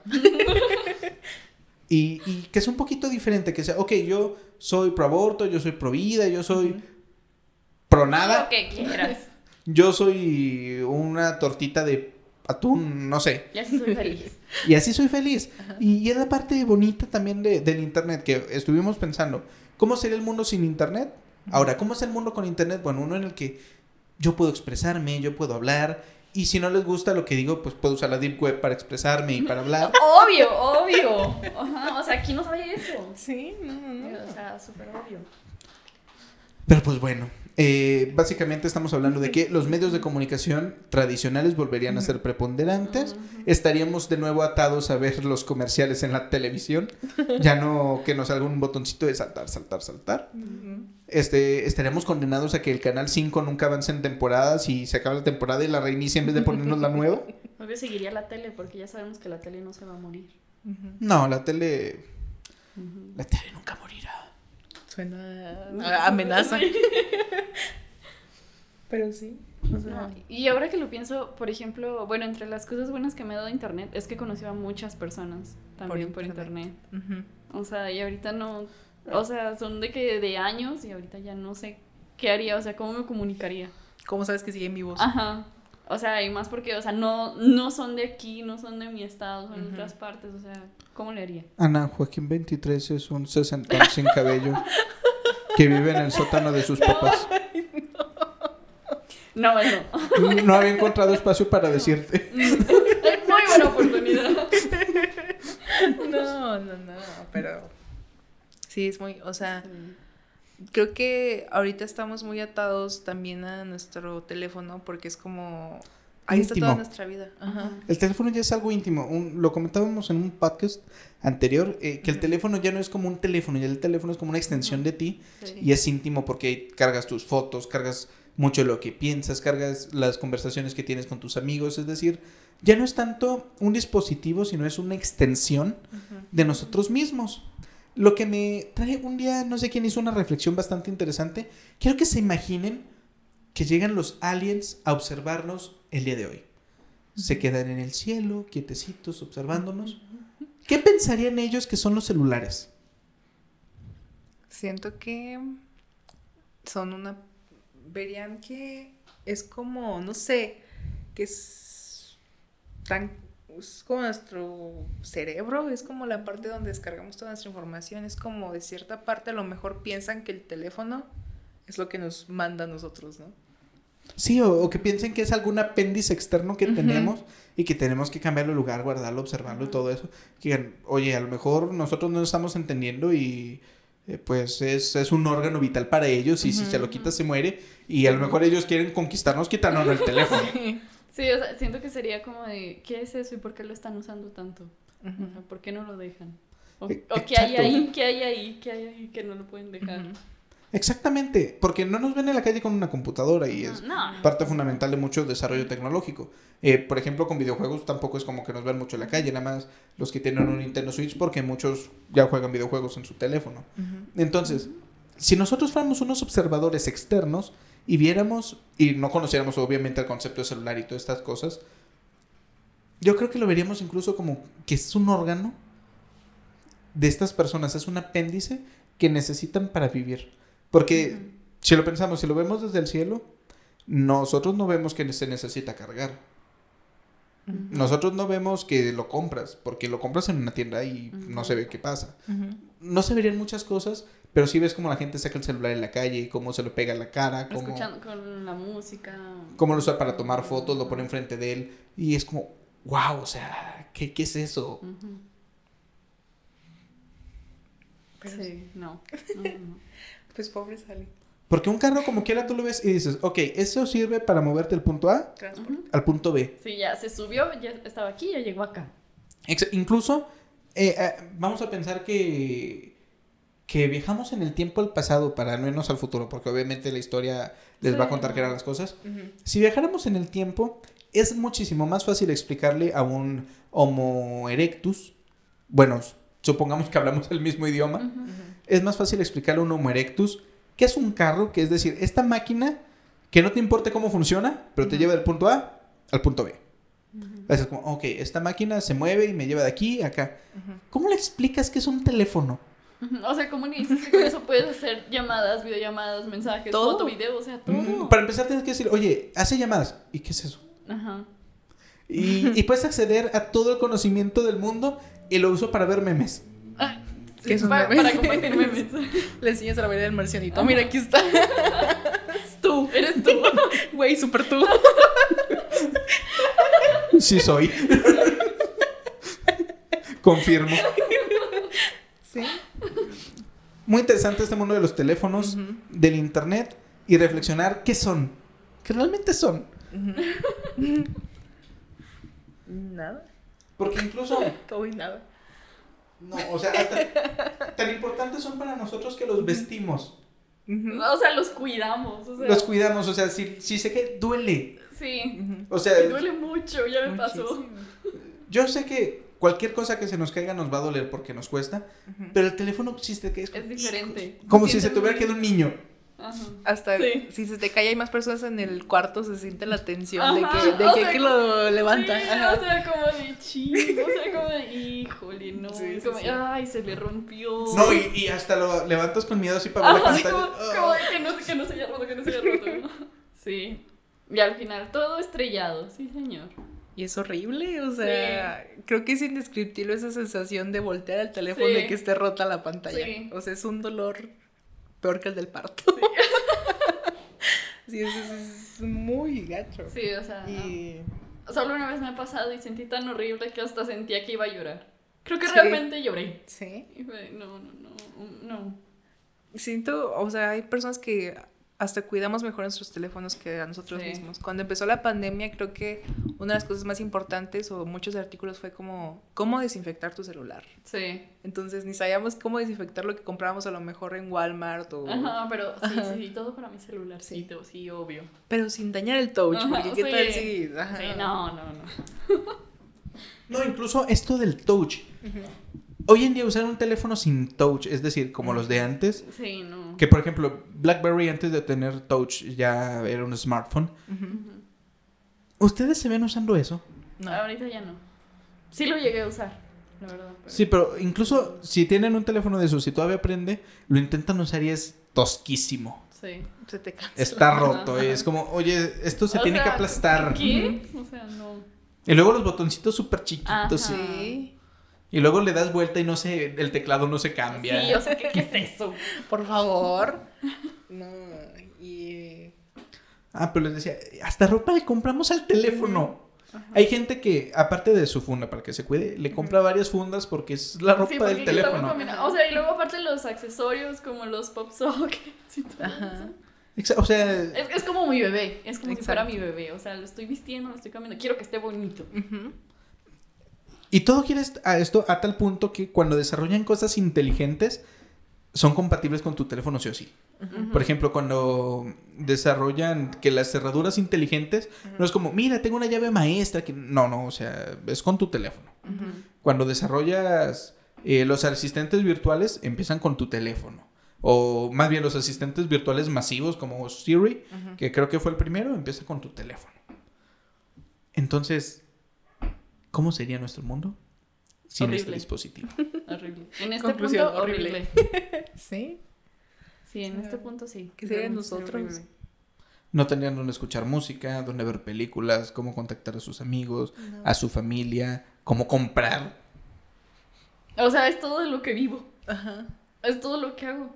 y que es un poquito diferente, que sea, ok, yo soy pro aborto, yo soy pro vida, yo soy pro nada. Lo que quieras. Yo soy una tortita de atún, no sé. Y así soy feliz. Y así soy feliz. Y es la parte bonita también del internet, que estuvimos pensando, ¿cómo sería el mundo sin internet? Ahora, ¿cómo es el mundo con internet? Bueno, uno en el que yo puedo expresarme, yo puedo hablar, y si no les gusta lo que digo, pues puedo usar la Deep Web para expresarme y para hablar. Obvio. Ajá, o sea, aquí no sabe eso. Sí, no. O sea, súper obvio. Pero pues bueno, básicamente estamos hablando de que los medios de comunicación tradicionales volverían a ser preponderantes, estaríamos de nuevo atados a ver los comerciales en la televisión, ya no que nos salga un botoncito de saltar. Ujú. Estaríamos condenados a que el Canal 5 nunca avance en temporadas y se acaba la temporada y la reinicia en vez de ponernos la nueva. Obvio seguiría la tele, porque ya sabemos que la tele no se va a morir. Ujú. No, la tele nunca morirá. Suena a amenaza. Pero sí. O sea, No, y ahora que lo pienso, por ejemplo, bueno, entre las cosas buenas que me ha dado internet es que he conocido a muchas personas también por internet. ujú. O sea, y ahorita no, o sea, son de años y ahorita ya no sé qué haría, o sea, cómo me comunicaría. ¿Cómo sabes que siguen vivos? Ajá. O sea, y más porque, o sea, no son de aquí, no son de mi estado, son de Ujú. otras partes, o sea, ¿cómo le haría? Ana, Joaquín 23 es un sesentón sin cabello que vive en el sótano de sus papás. No, eso. No había encontrado espacio para decirte. Es muy buena oportunidad. No, pero sí, es muy, o sea, creo que ahorita estamos muy atados también a nuestro teléfono porque es como, ahí está Íntimo. toda nuestra vida. Ajá. El teléfono ya es algo íntimo. Lo comentábamos en un podcast anterior, que el teléfono ya no es como un teléfono, ya el teléfono es como una extensión de ti Sí. y es íntimo porque cargas tus fotos, cargas mucho de lo que piensas, cargas las conversaciones que tienes con tus amigos, es decir, ya no es tanto un dispositivo, sino es una extensión de nosotros mismos. Lo que me trae un día, no sé quién hizo una reflexión bastante interesante, quiero que se imaginen que llegan los aliens a observarnos el día de hoy. Se quedan en el cielo, quietecitos, observándonos. ¿Qué pensarían ellos que son los celulares? Siento que son verían que es como, no sé, que es como nuestro cerebro, es como la parte donde descargamos toda nuestra información, es como de cierta parte a lo mejor piensan que el teléfono es lo que nos manda a nosotros, ¿no? Sí, o que piensen que es algún apéndice externo que tenemos y que tenemos que cambiarlo de lugar, guardarlo, observarlo y todo eso. Que digan, oye, a lo mejor nosotros no estamos entendiendo y pues es un órgano vital para ellos y si se lo quita se muere y a lo mejor ellos quieren conquistarnos quitándonos el teléfono. Sí, o sea, siento que sería como de, ¿qué es eso y por qué lo están usando tanto? O sea, ¿por qué no lo dejan? O ¿qué hay ahí? ¿Qué hay ahí que no lo pueden dejar? Exactamente, porque no nos ven en la calle con una computadora y es No. parte fundamental de mucho desarrollo tecnológico. Por ejemplo, con videojuegos tampoco es como que nos ven mucho en la calle, nada más los que tienen un Nintendo Switch porque muchos ya juegan videojuegos en su teléfono. Entonces, si nosotros fuéramos unos observadores externos y viéramos, y no conociéramos obviamente el concepto de celular y todas estas cosas, yo creo que lo veríamos incluso como que es un órgano de estas personas, es un apéndice que necesitan para vivir. Porque si lo pensamos, si lo vemos desde el cielo, nosotros no vemos que se necesita cargar. Nosotros no vemos que lo compras, porque lo compras en una tienda y no se ve qué pasa. No se verían muchas cosas, pero sí ves cómo la gente saca el celular en la calle, cómo se lo pega en la cara, cómo... Escuchando con la música. Cómo lo usa para tomar fotos, lo pone enfrente de él. Y es como, wow, o sea, ¿qué es eso? Sí, no. Pues pobre Sally. Porque un carro como quiera tú lo ves y dices, ok, eso sirve para moverte del punto A al punto B. Sí, ya se subió, ya estaba aquí, ya llegó acá. Incluso, vamos a pensar que viajamos en el tiempo al pasado para no irnos al futuro, porque obviamente la historia les va a contar qué eran las cosas. Si viajáramos en el tiempo, es muchísimo más fácil explicarle a un Homo erectus, bueno, supongamos que hablamos el mismo idioma, es más fácil explicarle a un Homo erectus qué es un carro, que es decir, esta máquina que no te importe cómo funciona, pero te lleva del punto A al punto B. Es como, ok, esta máquina se mueve y me lleva de aquí a acá. ¿Cómo le explicas que es un teléfono? O sea, ¿cómo dices que con eso puedes hacer llamadas, videollamadas, mensajes, ¿todo? foto, video? O sea, todo. Para empezar tienes que decir, oye, hace llamadas. ¿Y qué es eso? Ajá. Y puedes acceder a todo el conocimiento del mundo y lo uso para ver memes. ¿Qué es un para meme? compartir memes. Le enseñas a la vida del marcianito. Mira, aquí está. Eres tú. Güey, súper tú. Sí soy. Confirmo. Sí. Muy interesante este mundo de los teléfonos, del internet y reflexionar qué son. ¿Qué realmente son? Nada. Porque incluso... Todo y nada. No, o sea, tan importantes son para nosotros que los vestimos. O sea, los cuidamos. O sea, Los cuidamos, o sea, si sé que duele. Sí. O sea, Y duele mucho, ya me pasó. yo sé que cualquier cosa que se nos caiga nos va a doler porque nos cuesta, pero el teléfono existe que Es diferente. como si se tuviera que ir un niño. Ajá. Hasta Sí. si se te cae hay más personas en el cuarto, se siente la tensión Ajá, de o que, sea, que lo levanta. Sí, Ajá. o sea, como de chingo, o sea, como de híjole, no. Sí, sí, Como, sí. ay, se le rompió. No, y hasta lo levantas con miedo así para ver la Ajá, pantalla. como de que no se haya roto, que no se haya roto. Sí. Y al final todo estrellado, sí, señor. Y es horrible, o sea, creo que es indescriptible esa sensación de voltear el teléfono Sí. y que esté rota la pantalla. Sí. O sea, es un dolor peor que el del parto. Sí, es muy gacho. Sí, o sea, Y... solo una vez me ha pasado y sentí tan horrible que hasta sentía que iba a llorar. Creo que Sí. realmente lloré. Sí. Y fue, no. Siento, o sea, hay personas que hasta cuidamos mejor nuestros teléfonos que a nosotros Sí. mismos. Cuando empezó la pandemia, creo que una de las cosas más importantes o muchos artículos fue como cómo desinfectar tu celular. Sí. Entonces ni sabíamos cómo desinfectar lo que comprábamos a lo mejor en Walmart o... Ajá, pero sí, todo para mi celularcito, sí, obvio. Pero sin dañar el touch, Ajá, porque qué sí. tal si... Ajá. Sí, no. No, incluso esto del touch. Hoy en día usar un teléfono sin touch, es decir, como los de antes, Sí, no. que por ejemplo BlackBerry antes de tener touch ya era un smartphone. ¿Ustedes se ven usando eso? No. Ahorita ya no. Sí lo llegué a usar, la verdad. Pero... Sí, pero incluso si tienen un teléfono de esos y todavía prende, lo intentan usar y es tosquísimo. Sí. Se te cansa. Está roto, es como, oye, esto se O tiene que sea, aplastar. ¿Qué? O sea, no. Y luego los botoncitos súper chiquitos. Ajá. Sí. Y luego le das vuelta y no sé, el teclado no se cambia. Sí, o sea, ¿qué es eso? Por favor. No, y... Ah, pero les decía, hasta ropa le compramos al teléfono. Hay gente que, aparte de su funda para que se cuide, le compra varias fundas porque es la ropa Sí, porque del está muy teléfono. combinado. O sea, y luego aparte los accesorios como los pop sockets y todo Ajá. eso. O sea, Es como mi bebé, es como si fuera Exacto. mi bebé. O sea, lo estoy vistiendo, lo estoy cambiando. Quiero que esté bonito. y todo quiere a esto a tal punto que cuando desarrollan cosas inteligentes, son compatibles con tu teléfono sí o sí. Por ejemplo, cuando desarrollan que las cerraduras inteligentes, no es como, mira, tengo una llave maestra. Que... No, o sea, es con tu teléfono. Cuando desarrollas los asistentes virtuales, empiezan con tu teléfono. O más bien los asistentes virtuales masivos como Siri, que creo que fue el primero, empieza con tu teléfono. Entonces, ¿cómo sería nuestro mundo sin este Horrible. dispositivo? Horrible. En este Conclusión, punto, horrible. Sí. Sí, en este punto sí. ¿Qué sería de Realmente nosotros? horrible. No tenían donde escuchar música, donde ver películas, cómo contactar a sus amigos, a su familia, cómo comprar. O sea, es todo de lo que vivo. Ajá. Es todo lo que hago.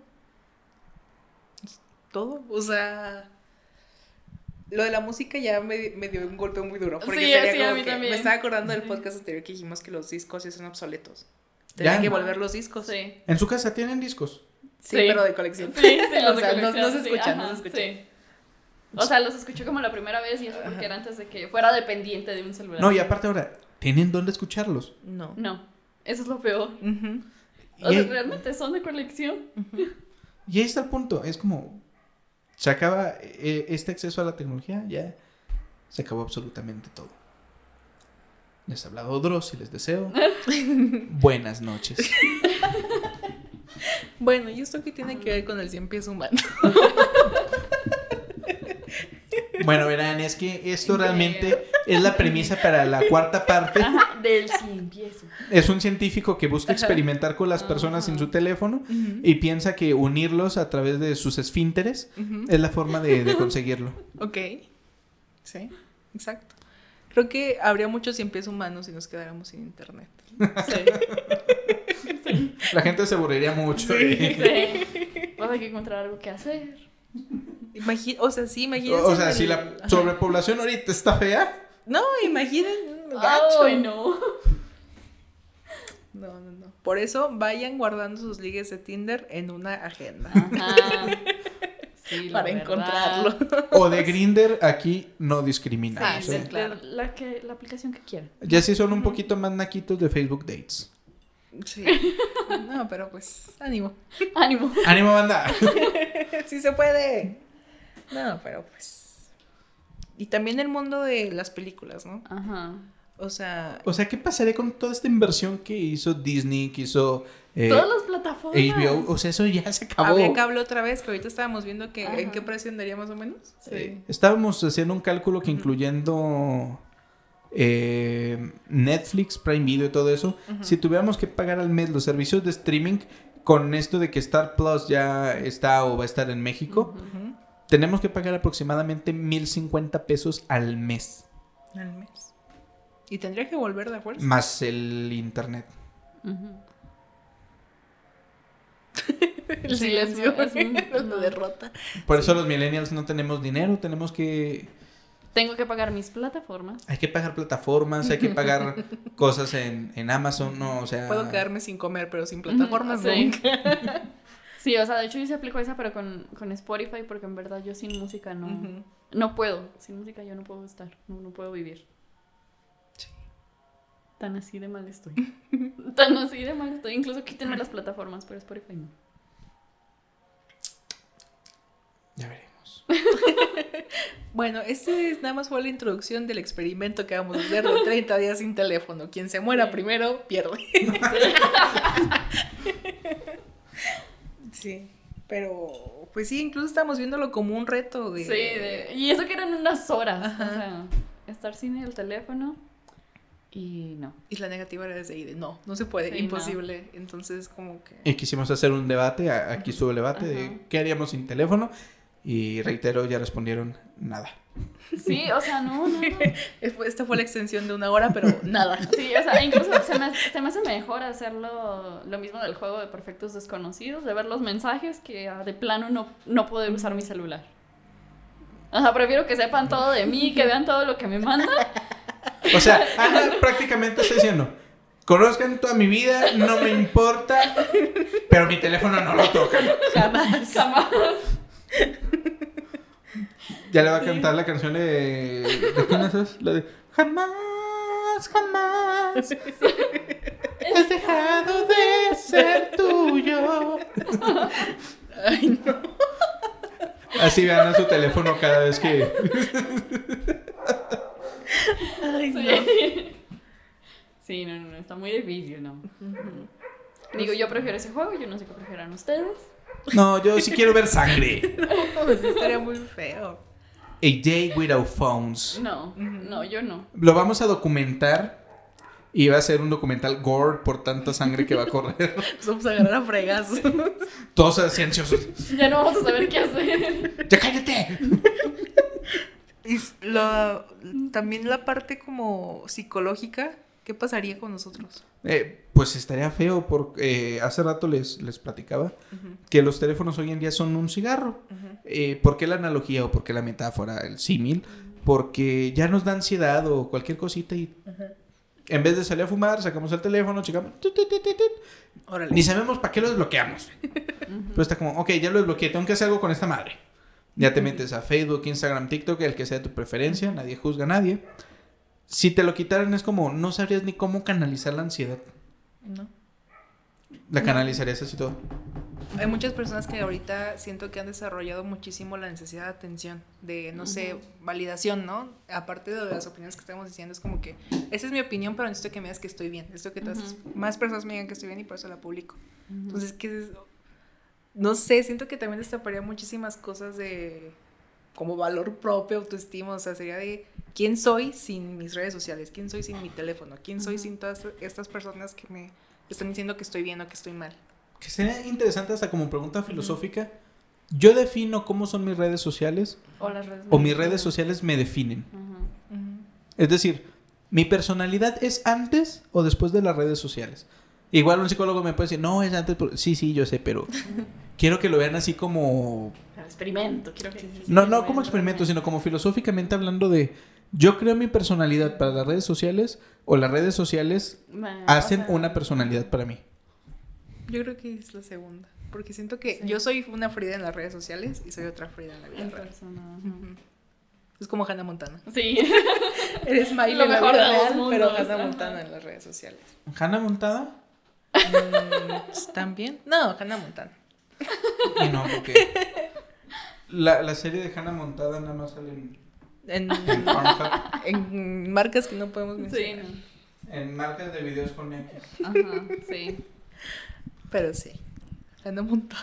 Todo, o sea, lo de la música ya me dio un golpe muy duro. Porque Sí, sería sí, como a mí que también. me estaba acordando del podcast anterior que dijimos que los discos ya son obsoletos. Tenían que volver los discos. Sí. En su casa tienen discos. Sí, Sí. pero de colección. Sí, sí, O los de sea, colección, no se sí, escucha, ajá, no se escucha. sí. O sea, los escuché como la primera vez y eso porque era antes de que fuera dependiente de un celular. No, y aparte ahora, ¿tienen dónde escucharlos? No. No, eso es lo peor. Ujú. O Y sea, ahí- realmente son de colección. Y ahí está el punto, es como, se acaba este acceso a la tecnología, ya se acabó absolutamente todo. Les ha hablado Dross y les deseo buenas noches. Bueno, ¿y esto qué tiene que ver con el 100 pies humano? Bueno, verán, es que esto realmente es la premisa para la cuarta parte. Ajá, del 100 pies. Es un científico que busca experimentar con las personas en su teléfono y piensa que unirlos a través de sus esfínteres es la forma de conseguirlo. Ok. Sí, exacto. Creo que habría muchos 100 pies humanos si nos quedáramos sin internet. La gente se aburriría mucho. Sí. Vas a que encontrar algo que hacer. O sea, sí, imagínense. O sea, si la sobrepoblación ahorita está fea, No, imaginen. Gacho. Ay, no. No. Por eso vayan guardando sus ligues de Tinder en una agenda. Ajá. Sí, la Para verdad. encontrarlo. o de Grindr, aquí no discriminamos. Sí, ¿eh? claro. La aplicación que quieran. Ya sí son un poquito más naquitos de Facebook Dates. Sí. No, pero pues, ánimo. Ánimo. ¡Ánimo, banda! Sí se puede. No, pero pues. Y también el mundo de las películas, ¿no? Ajá. O sea, O sea, ¿qué pasaría con toda esta inversión que hizo Disney, que hizo Todas las plataformas. HBO? O sea, eso ya se acabó. habría cable otra vez, que ahorita estábamos viendo que Ajá. en qué precio andaría más o menos. Sí. Estábamos haciendo un cálculo que incluyendo Netflix, Prime Video y todo eso, si tuviéramos que pagar al mes los servicios de streaming, con esto de que Star Plus ya está o va a estar en México, tenemos que pagar aproximadamente 1,050 pesos al mes, Al mes. Y tendría que volver de fuerza. más el internet. Ujú. El Sí, silencio. es un- La derrota. Por eso los millennials no tenemos dinero, tenemos que... Tengo que pagar mis plataformas. Hay que pagar plataformas, hay que pagar cosas en Amazon, no, o sea... Puedo quedarme sin comer, pero sin plataformas Sí. nunca. Sí, o sea, de hecho yo sí aplico esa, pero con Spotify, porque en verdad yo sin música no puedo. Sin música yo no puedo estar, no puedo vivir. Sí. Tan así de mal estoy. Tan así de mal estoy. Incluso quítenme las plataformas, pero Spotify no. Ya veremos. Bueno, nada más fue la introducción del experimento que vamos a hacer de 30 días sin teléfono. Quien se muera primero, pierde. Sí, pero pues sí, incluso estamos viéndolo como un reto de... Sí, y eso que eran unas horas. Ajá. O sea, estar sin el teléfono y no. Y la negativa era desde ahí de no se puede, Sí, imposible. Entonces como que... Y quisimos hacer un debate, aquí estuvo el debate Ajá. de qué haríamos sin teléfono. Y reitero, ya respondieron nada. Sí, o sea, no. Esta fue la extensión de 1 hora, pero nada. Sí, o sea, incluso se me hace mejor hacerlo lo mismo del juego de Perfectos Desconocidos, de ver los mensajes, que de plano no poder usar mi celular. O sea, prefiero que sepan todo de mí, que vean todo lo que me mandan. O sea, Ana prácticamente está diciendo, conozcan toda mi vida, no me importa, pero mi teléfono no lo tocan. Jamás. Jamás. Ya le va a cantar la canción ¿de quién es esa? La de jamás, jamás he dejado de ser tuyo. Ay, no. Así vean a su teléfono cada vez que... Ay, no. Sí. Sí, no, está muy difícil, ¿no? Digo, yo prefiero ese juego, yo no sé qué prefieran ustedes. No, yo sí quiero ver sangre. Pues estaría muy feo. A Day Without Phones. No, yo no. Lo vamos a documentar y va a ser un documental gore por tanta sangre que va a correr. Nos vamos a agarrar a fregazos. Todos así ansiosos. Ya no vamos a saber qué hacer. ¡Ya cállate! Y también la parte como psicológica, ¿qué pasaría con nosotros? Pues estaría feo porque hace rato les platicaba que los teléfonos hoy en día son un cigarro. ¿Por qué la analogía o por qué la metáfora, el símil? Porque ya nos da ansiedad o cualquier cosita y en vez de salir a fumar, sacamos el teléfono, checamos. Órale. Ni sabemos para qué lo desbloqueamos. Pero está como, ok, ya lo desbloqueé, tengo que hacer algo con esta madre. Ya te metes a Facebook, Instagram, TikTok, el que sea de tu preferencia, nadie juzga a nadie. Si te lo quitaran es como, no sabrías ni cómo canalizar la ansiedad. No. La canalizarías así todo. Hay muchas personas que ahorita siento que han desarrollado muchísimo la necesidad de atención, de, no sé, validación, ¿no? Aparte de las opiniones que estamos diciendo, es como que, esa es mi opinión, pero necesito que me digas que estoy bien, necesito que más personas me digan que estoy bien y por eso la publico. Entonces, no sé, siento que también destaparía muchísimas cosas de, como valor propio, autoestima, o sea, sería de, ¿quién soy sin mis redes sociales? ¿Quién soy sin mi teléfono? ¿Quién soy sin todas estas personas que me están diciendo que estoy bien o que estoy mal? Que sería interesante hasta como pregunta filosófica. Yo defino cómo son mis redes sociales o mis redes sociales me definen. Es decir, mi personalidad es antes o después de las redes sociales. Igual un psicólogo me puede decir, no, es antes. Sí, yo sé, pero quiero que lo vean así como... Experimento, quiero que... No como experimento, sino como filosóficamente hablando de... Yo creo mi personalidad para las redes sociales o las redes sociales hacen una personalidad para mí. Yo creo que es la segunda, porque siento que yo soy una Frida en las redes sociales y soy otra Frida en la vida real. Es como Hannah Montana. Sí. Eres Miley Lo en la mejor vida de los real, mundos. pero Hannah Montana en las redes sociales. ¿Hannah Montana? ¿También? No, Hannah Montana. Y no, porque la serie de Hannah Montana nada más sale en Pornhub. En marcas que no podemos mencionar. Sí, En marcas de videos con X. Ajá, sí. Pero sí, Hannah Montana.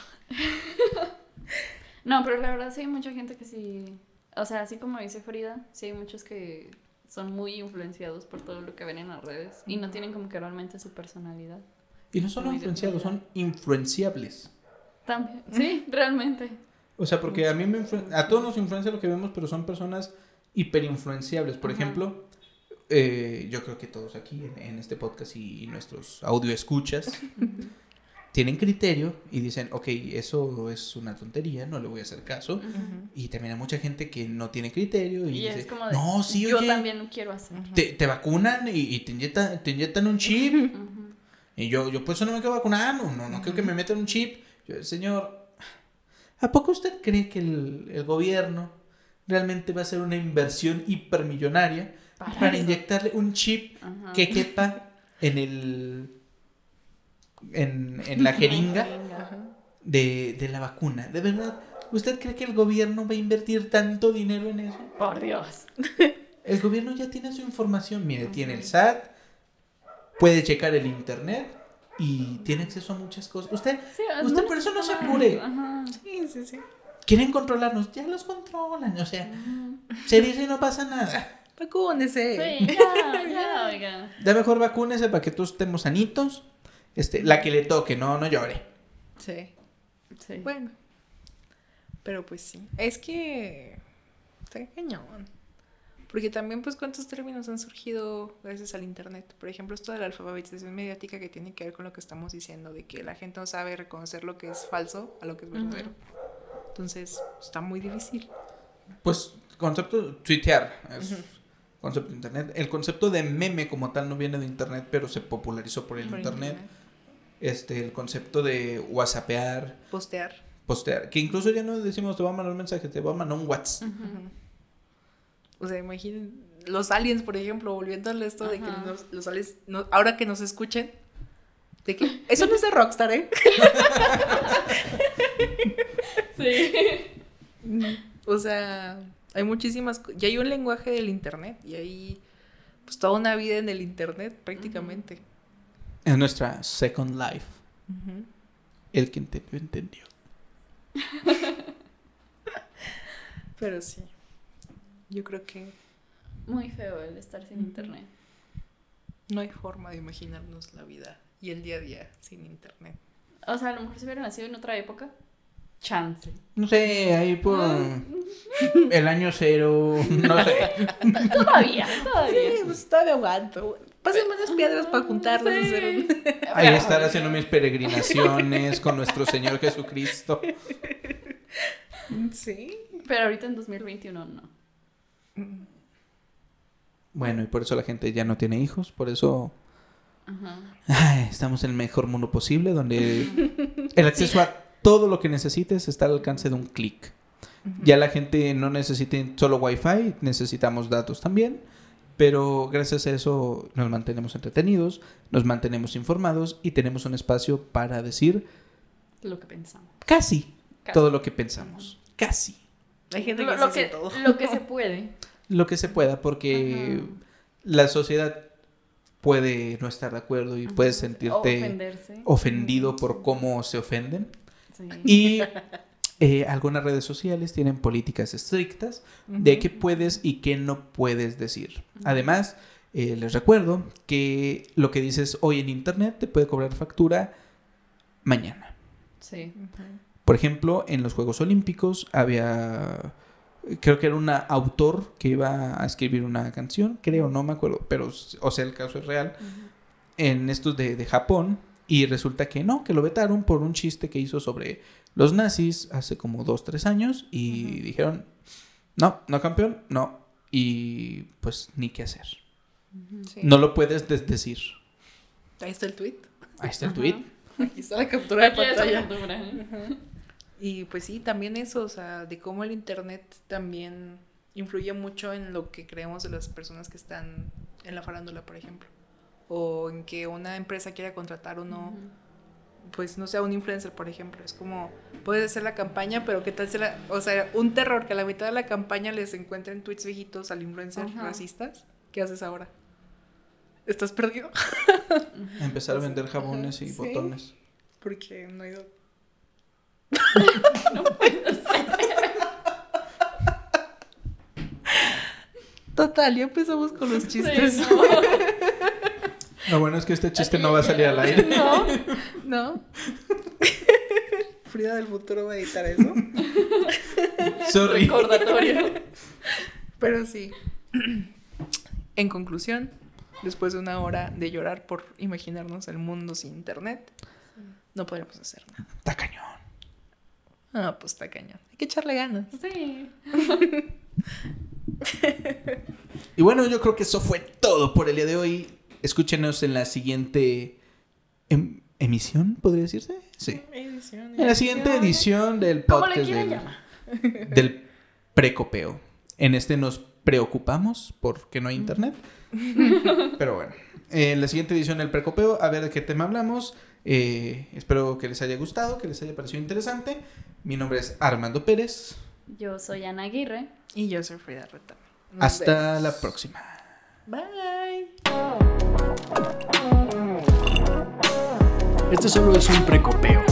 No, pero la verdad sí hay mucha gente que sí, o sea, así como dice Frida, sí hay muchos que son muy influenciados por todo lo que ven en las redes y no tienen como que realmente su personalidad. Y no son influenciados, son influenciables. También, sí, realmente. O sea, porque a todos nos influencia lo que vemos, pero son personas hiperinfluenciables. Por ejemplo, yo creo que todos aquí en este podcast y nuestros audio escuchas tienen criterio y dicen, ok, eso es una tontería, no le voy a hacer caso. Y también hay mucha gente que no tiene criterio y dice, es como de, no, sí, yo oye, también lo quiero hacer. te vacunan y te inyectan un chip. Y yo por eso no me quiero vacunar, no quiero que me metan un chip. Yo, señor, ¿a poco usted cree que el gobierno realmente va a hacer una inversión hipermillonaria para inyectarle un chip que quepa en la jeringa de la vacuna? ¿De verdad? ¿Usted cree que el gobierno va a invertir tanto dinero en eso? Por Dios. El gobierno ya tiene su información. Mire, tiene el SAT, puede checar el internet y tiene acceso a muchas cosas. Usted por eso no se apure. Sí. Quieren controlarnos, ya los controlan. O sea, se dice y no pasa nada. Vacúnese. Sí, ya, oiga. Da mejor vacúnese para que todos estemos sanitos. La que le toque, no llore. Sí. Sí. Bueno. Pero pues sí. Es que está cañón. Porque también, pues, ¿cuántos términos han surgido gracias al internet? Por ejemplo, esto de la alfabetización mediática que tiene que ver con lo que estamos diciendo, de que la gente no sabe reconocer lo que es falso a lo que es verdadero. Entonces, está muy difícil. Pues, concepto tuitear es concepto de internet. El concepto de meme como tal no viene de internet, pero se popularizó por internet. El concepto de whatsappear. Postear. Que incluso ya no decimos te voy a mandar un mensaje, te voy a mandar un WhatsApp. O sea, imaginen los aliens, por ejemplo, volviéndole esto de que los aliens, ahora que nos escuchen, de que eso no es de Rockstar, ¿eh? Sí. O sea, hay muchísimas, ya hay un lenguaje del internet y hay pues toda una vida en el internet prácticamente. Es nuestra Second Life. El que entendió. Pero sí, yo creo que muy feo el estar sin internet. No hay forma de imaginarnos la vida y el día a día sin internet. O sea, a lo mejor si hubiera nacido en otra época, Chance. No sé, ahí por el año 0, no sé. Todavía. Sí, pues todavía aguanto. Pásenme unas piedras para juntarlas. Sí. Hacer un... Ahí estar haciendo mis peregrinaciones con nuestro Señor Jesucristo. Sí. Pero ahorita en 2021 no. Bueno, y por eso la gente ya no tiene hijos, por eso Ajá. estamos en el mejor mundo posible, donde el acceso a todo lo que necesites está al alcance de un clic. Ya la gente no necesita solo Wi-Fi, necesitamos datos también, pero gracias a eso nos mantenemos entretenidos, nos mantenemos informados y tenemos un espacio para decir Lo que pensamos. casi todo lo que pensamos. Casi. Hay gente que Lo hace que, todo. lo que se puede. Lo que se pueda, porque la sociedad puede no estar de acuerdo y puedes sentirte Ofenderse. ofendido por cómo se ofenden. Sí. Y algunas redes sociales tienen políticas estrictas de qué puedes y qué no puedes decir. Además, les recuerdo que lo que dices hoy en internet te puede cobrar factura mañana. Sí. Por ejemplo, en los Juegos Olímpicos había... Creo que era un autor que iba a escribir una canción, creo, no me acuerdo, pero, o sea, el caso es real, en estos de Japón, y resulta que no, que lo vetaron por un chiste que hizo sobre los nazis hace como 2-3 años, y dijeron, no, campeón, no, y pues ni qué hacer. Sí. No lo puedes decir. Ahí está el tweet. Ahí está el tweet. Aquí está la captura de Aquí esa pantalla. captura. Y pues sí, también eso, o sea, de cómo el internet también influye mucho en lo que creemos de las personas que están en la farándula, por ejemplo. O en que una empresa quiera contratar o no, pues no sea un influencer, por ejemplo. Es como, puedes hacer la campaña, pero qué tal si o sea, un terror que a la mitad de la campaña les encuentren tweets viejitos al influencer racistas. ¿Qué haces ahora? ¿Estás perdido? Empezar a vender jabones y Sí. botones. Porque no he ido. Total, ya empezamos con los chistes. Sí, no. Lo bueno es que este chiste no va a salir al aire. No. Frida del futuro va a editar eso. Sorry. Recordatorio. Pero sí. En conclusión, después de una hora de llorar por imaginarnos el mundo sin internet, no podremos hacer nada. Está cañón. Ah, pues está cañón. Hay que echarle ganas. Sí. Y bueno, yo creo que eso fue todo por el día de hoy. Escúchenos en la siguiente emisión, ¿podría decirse? Sí. En la siguiente edición del ¿Cómo le podcast quieren llamar? del precopeo. En este nos preocupamos porque no hay internet. Pero bueno, en la siguiente edición del precopeo, a ver de qué tema hablamos. Espero que les haya gustado, que les haya parecido interesante. Mi nombre es Armando Pérez. Yo soy Ana Aguirre. Y yo soy Frida Retama. Hasta la próxima. Bye. Este solo es un precopeo.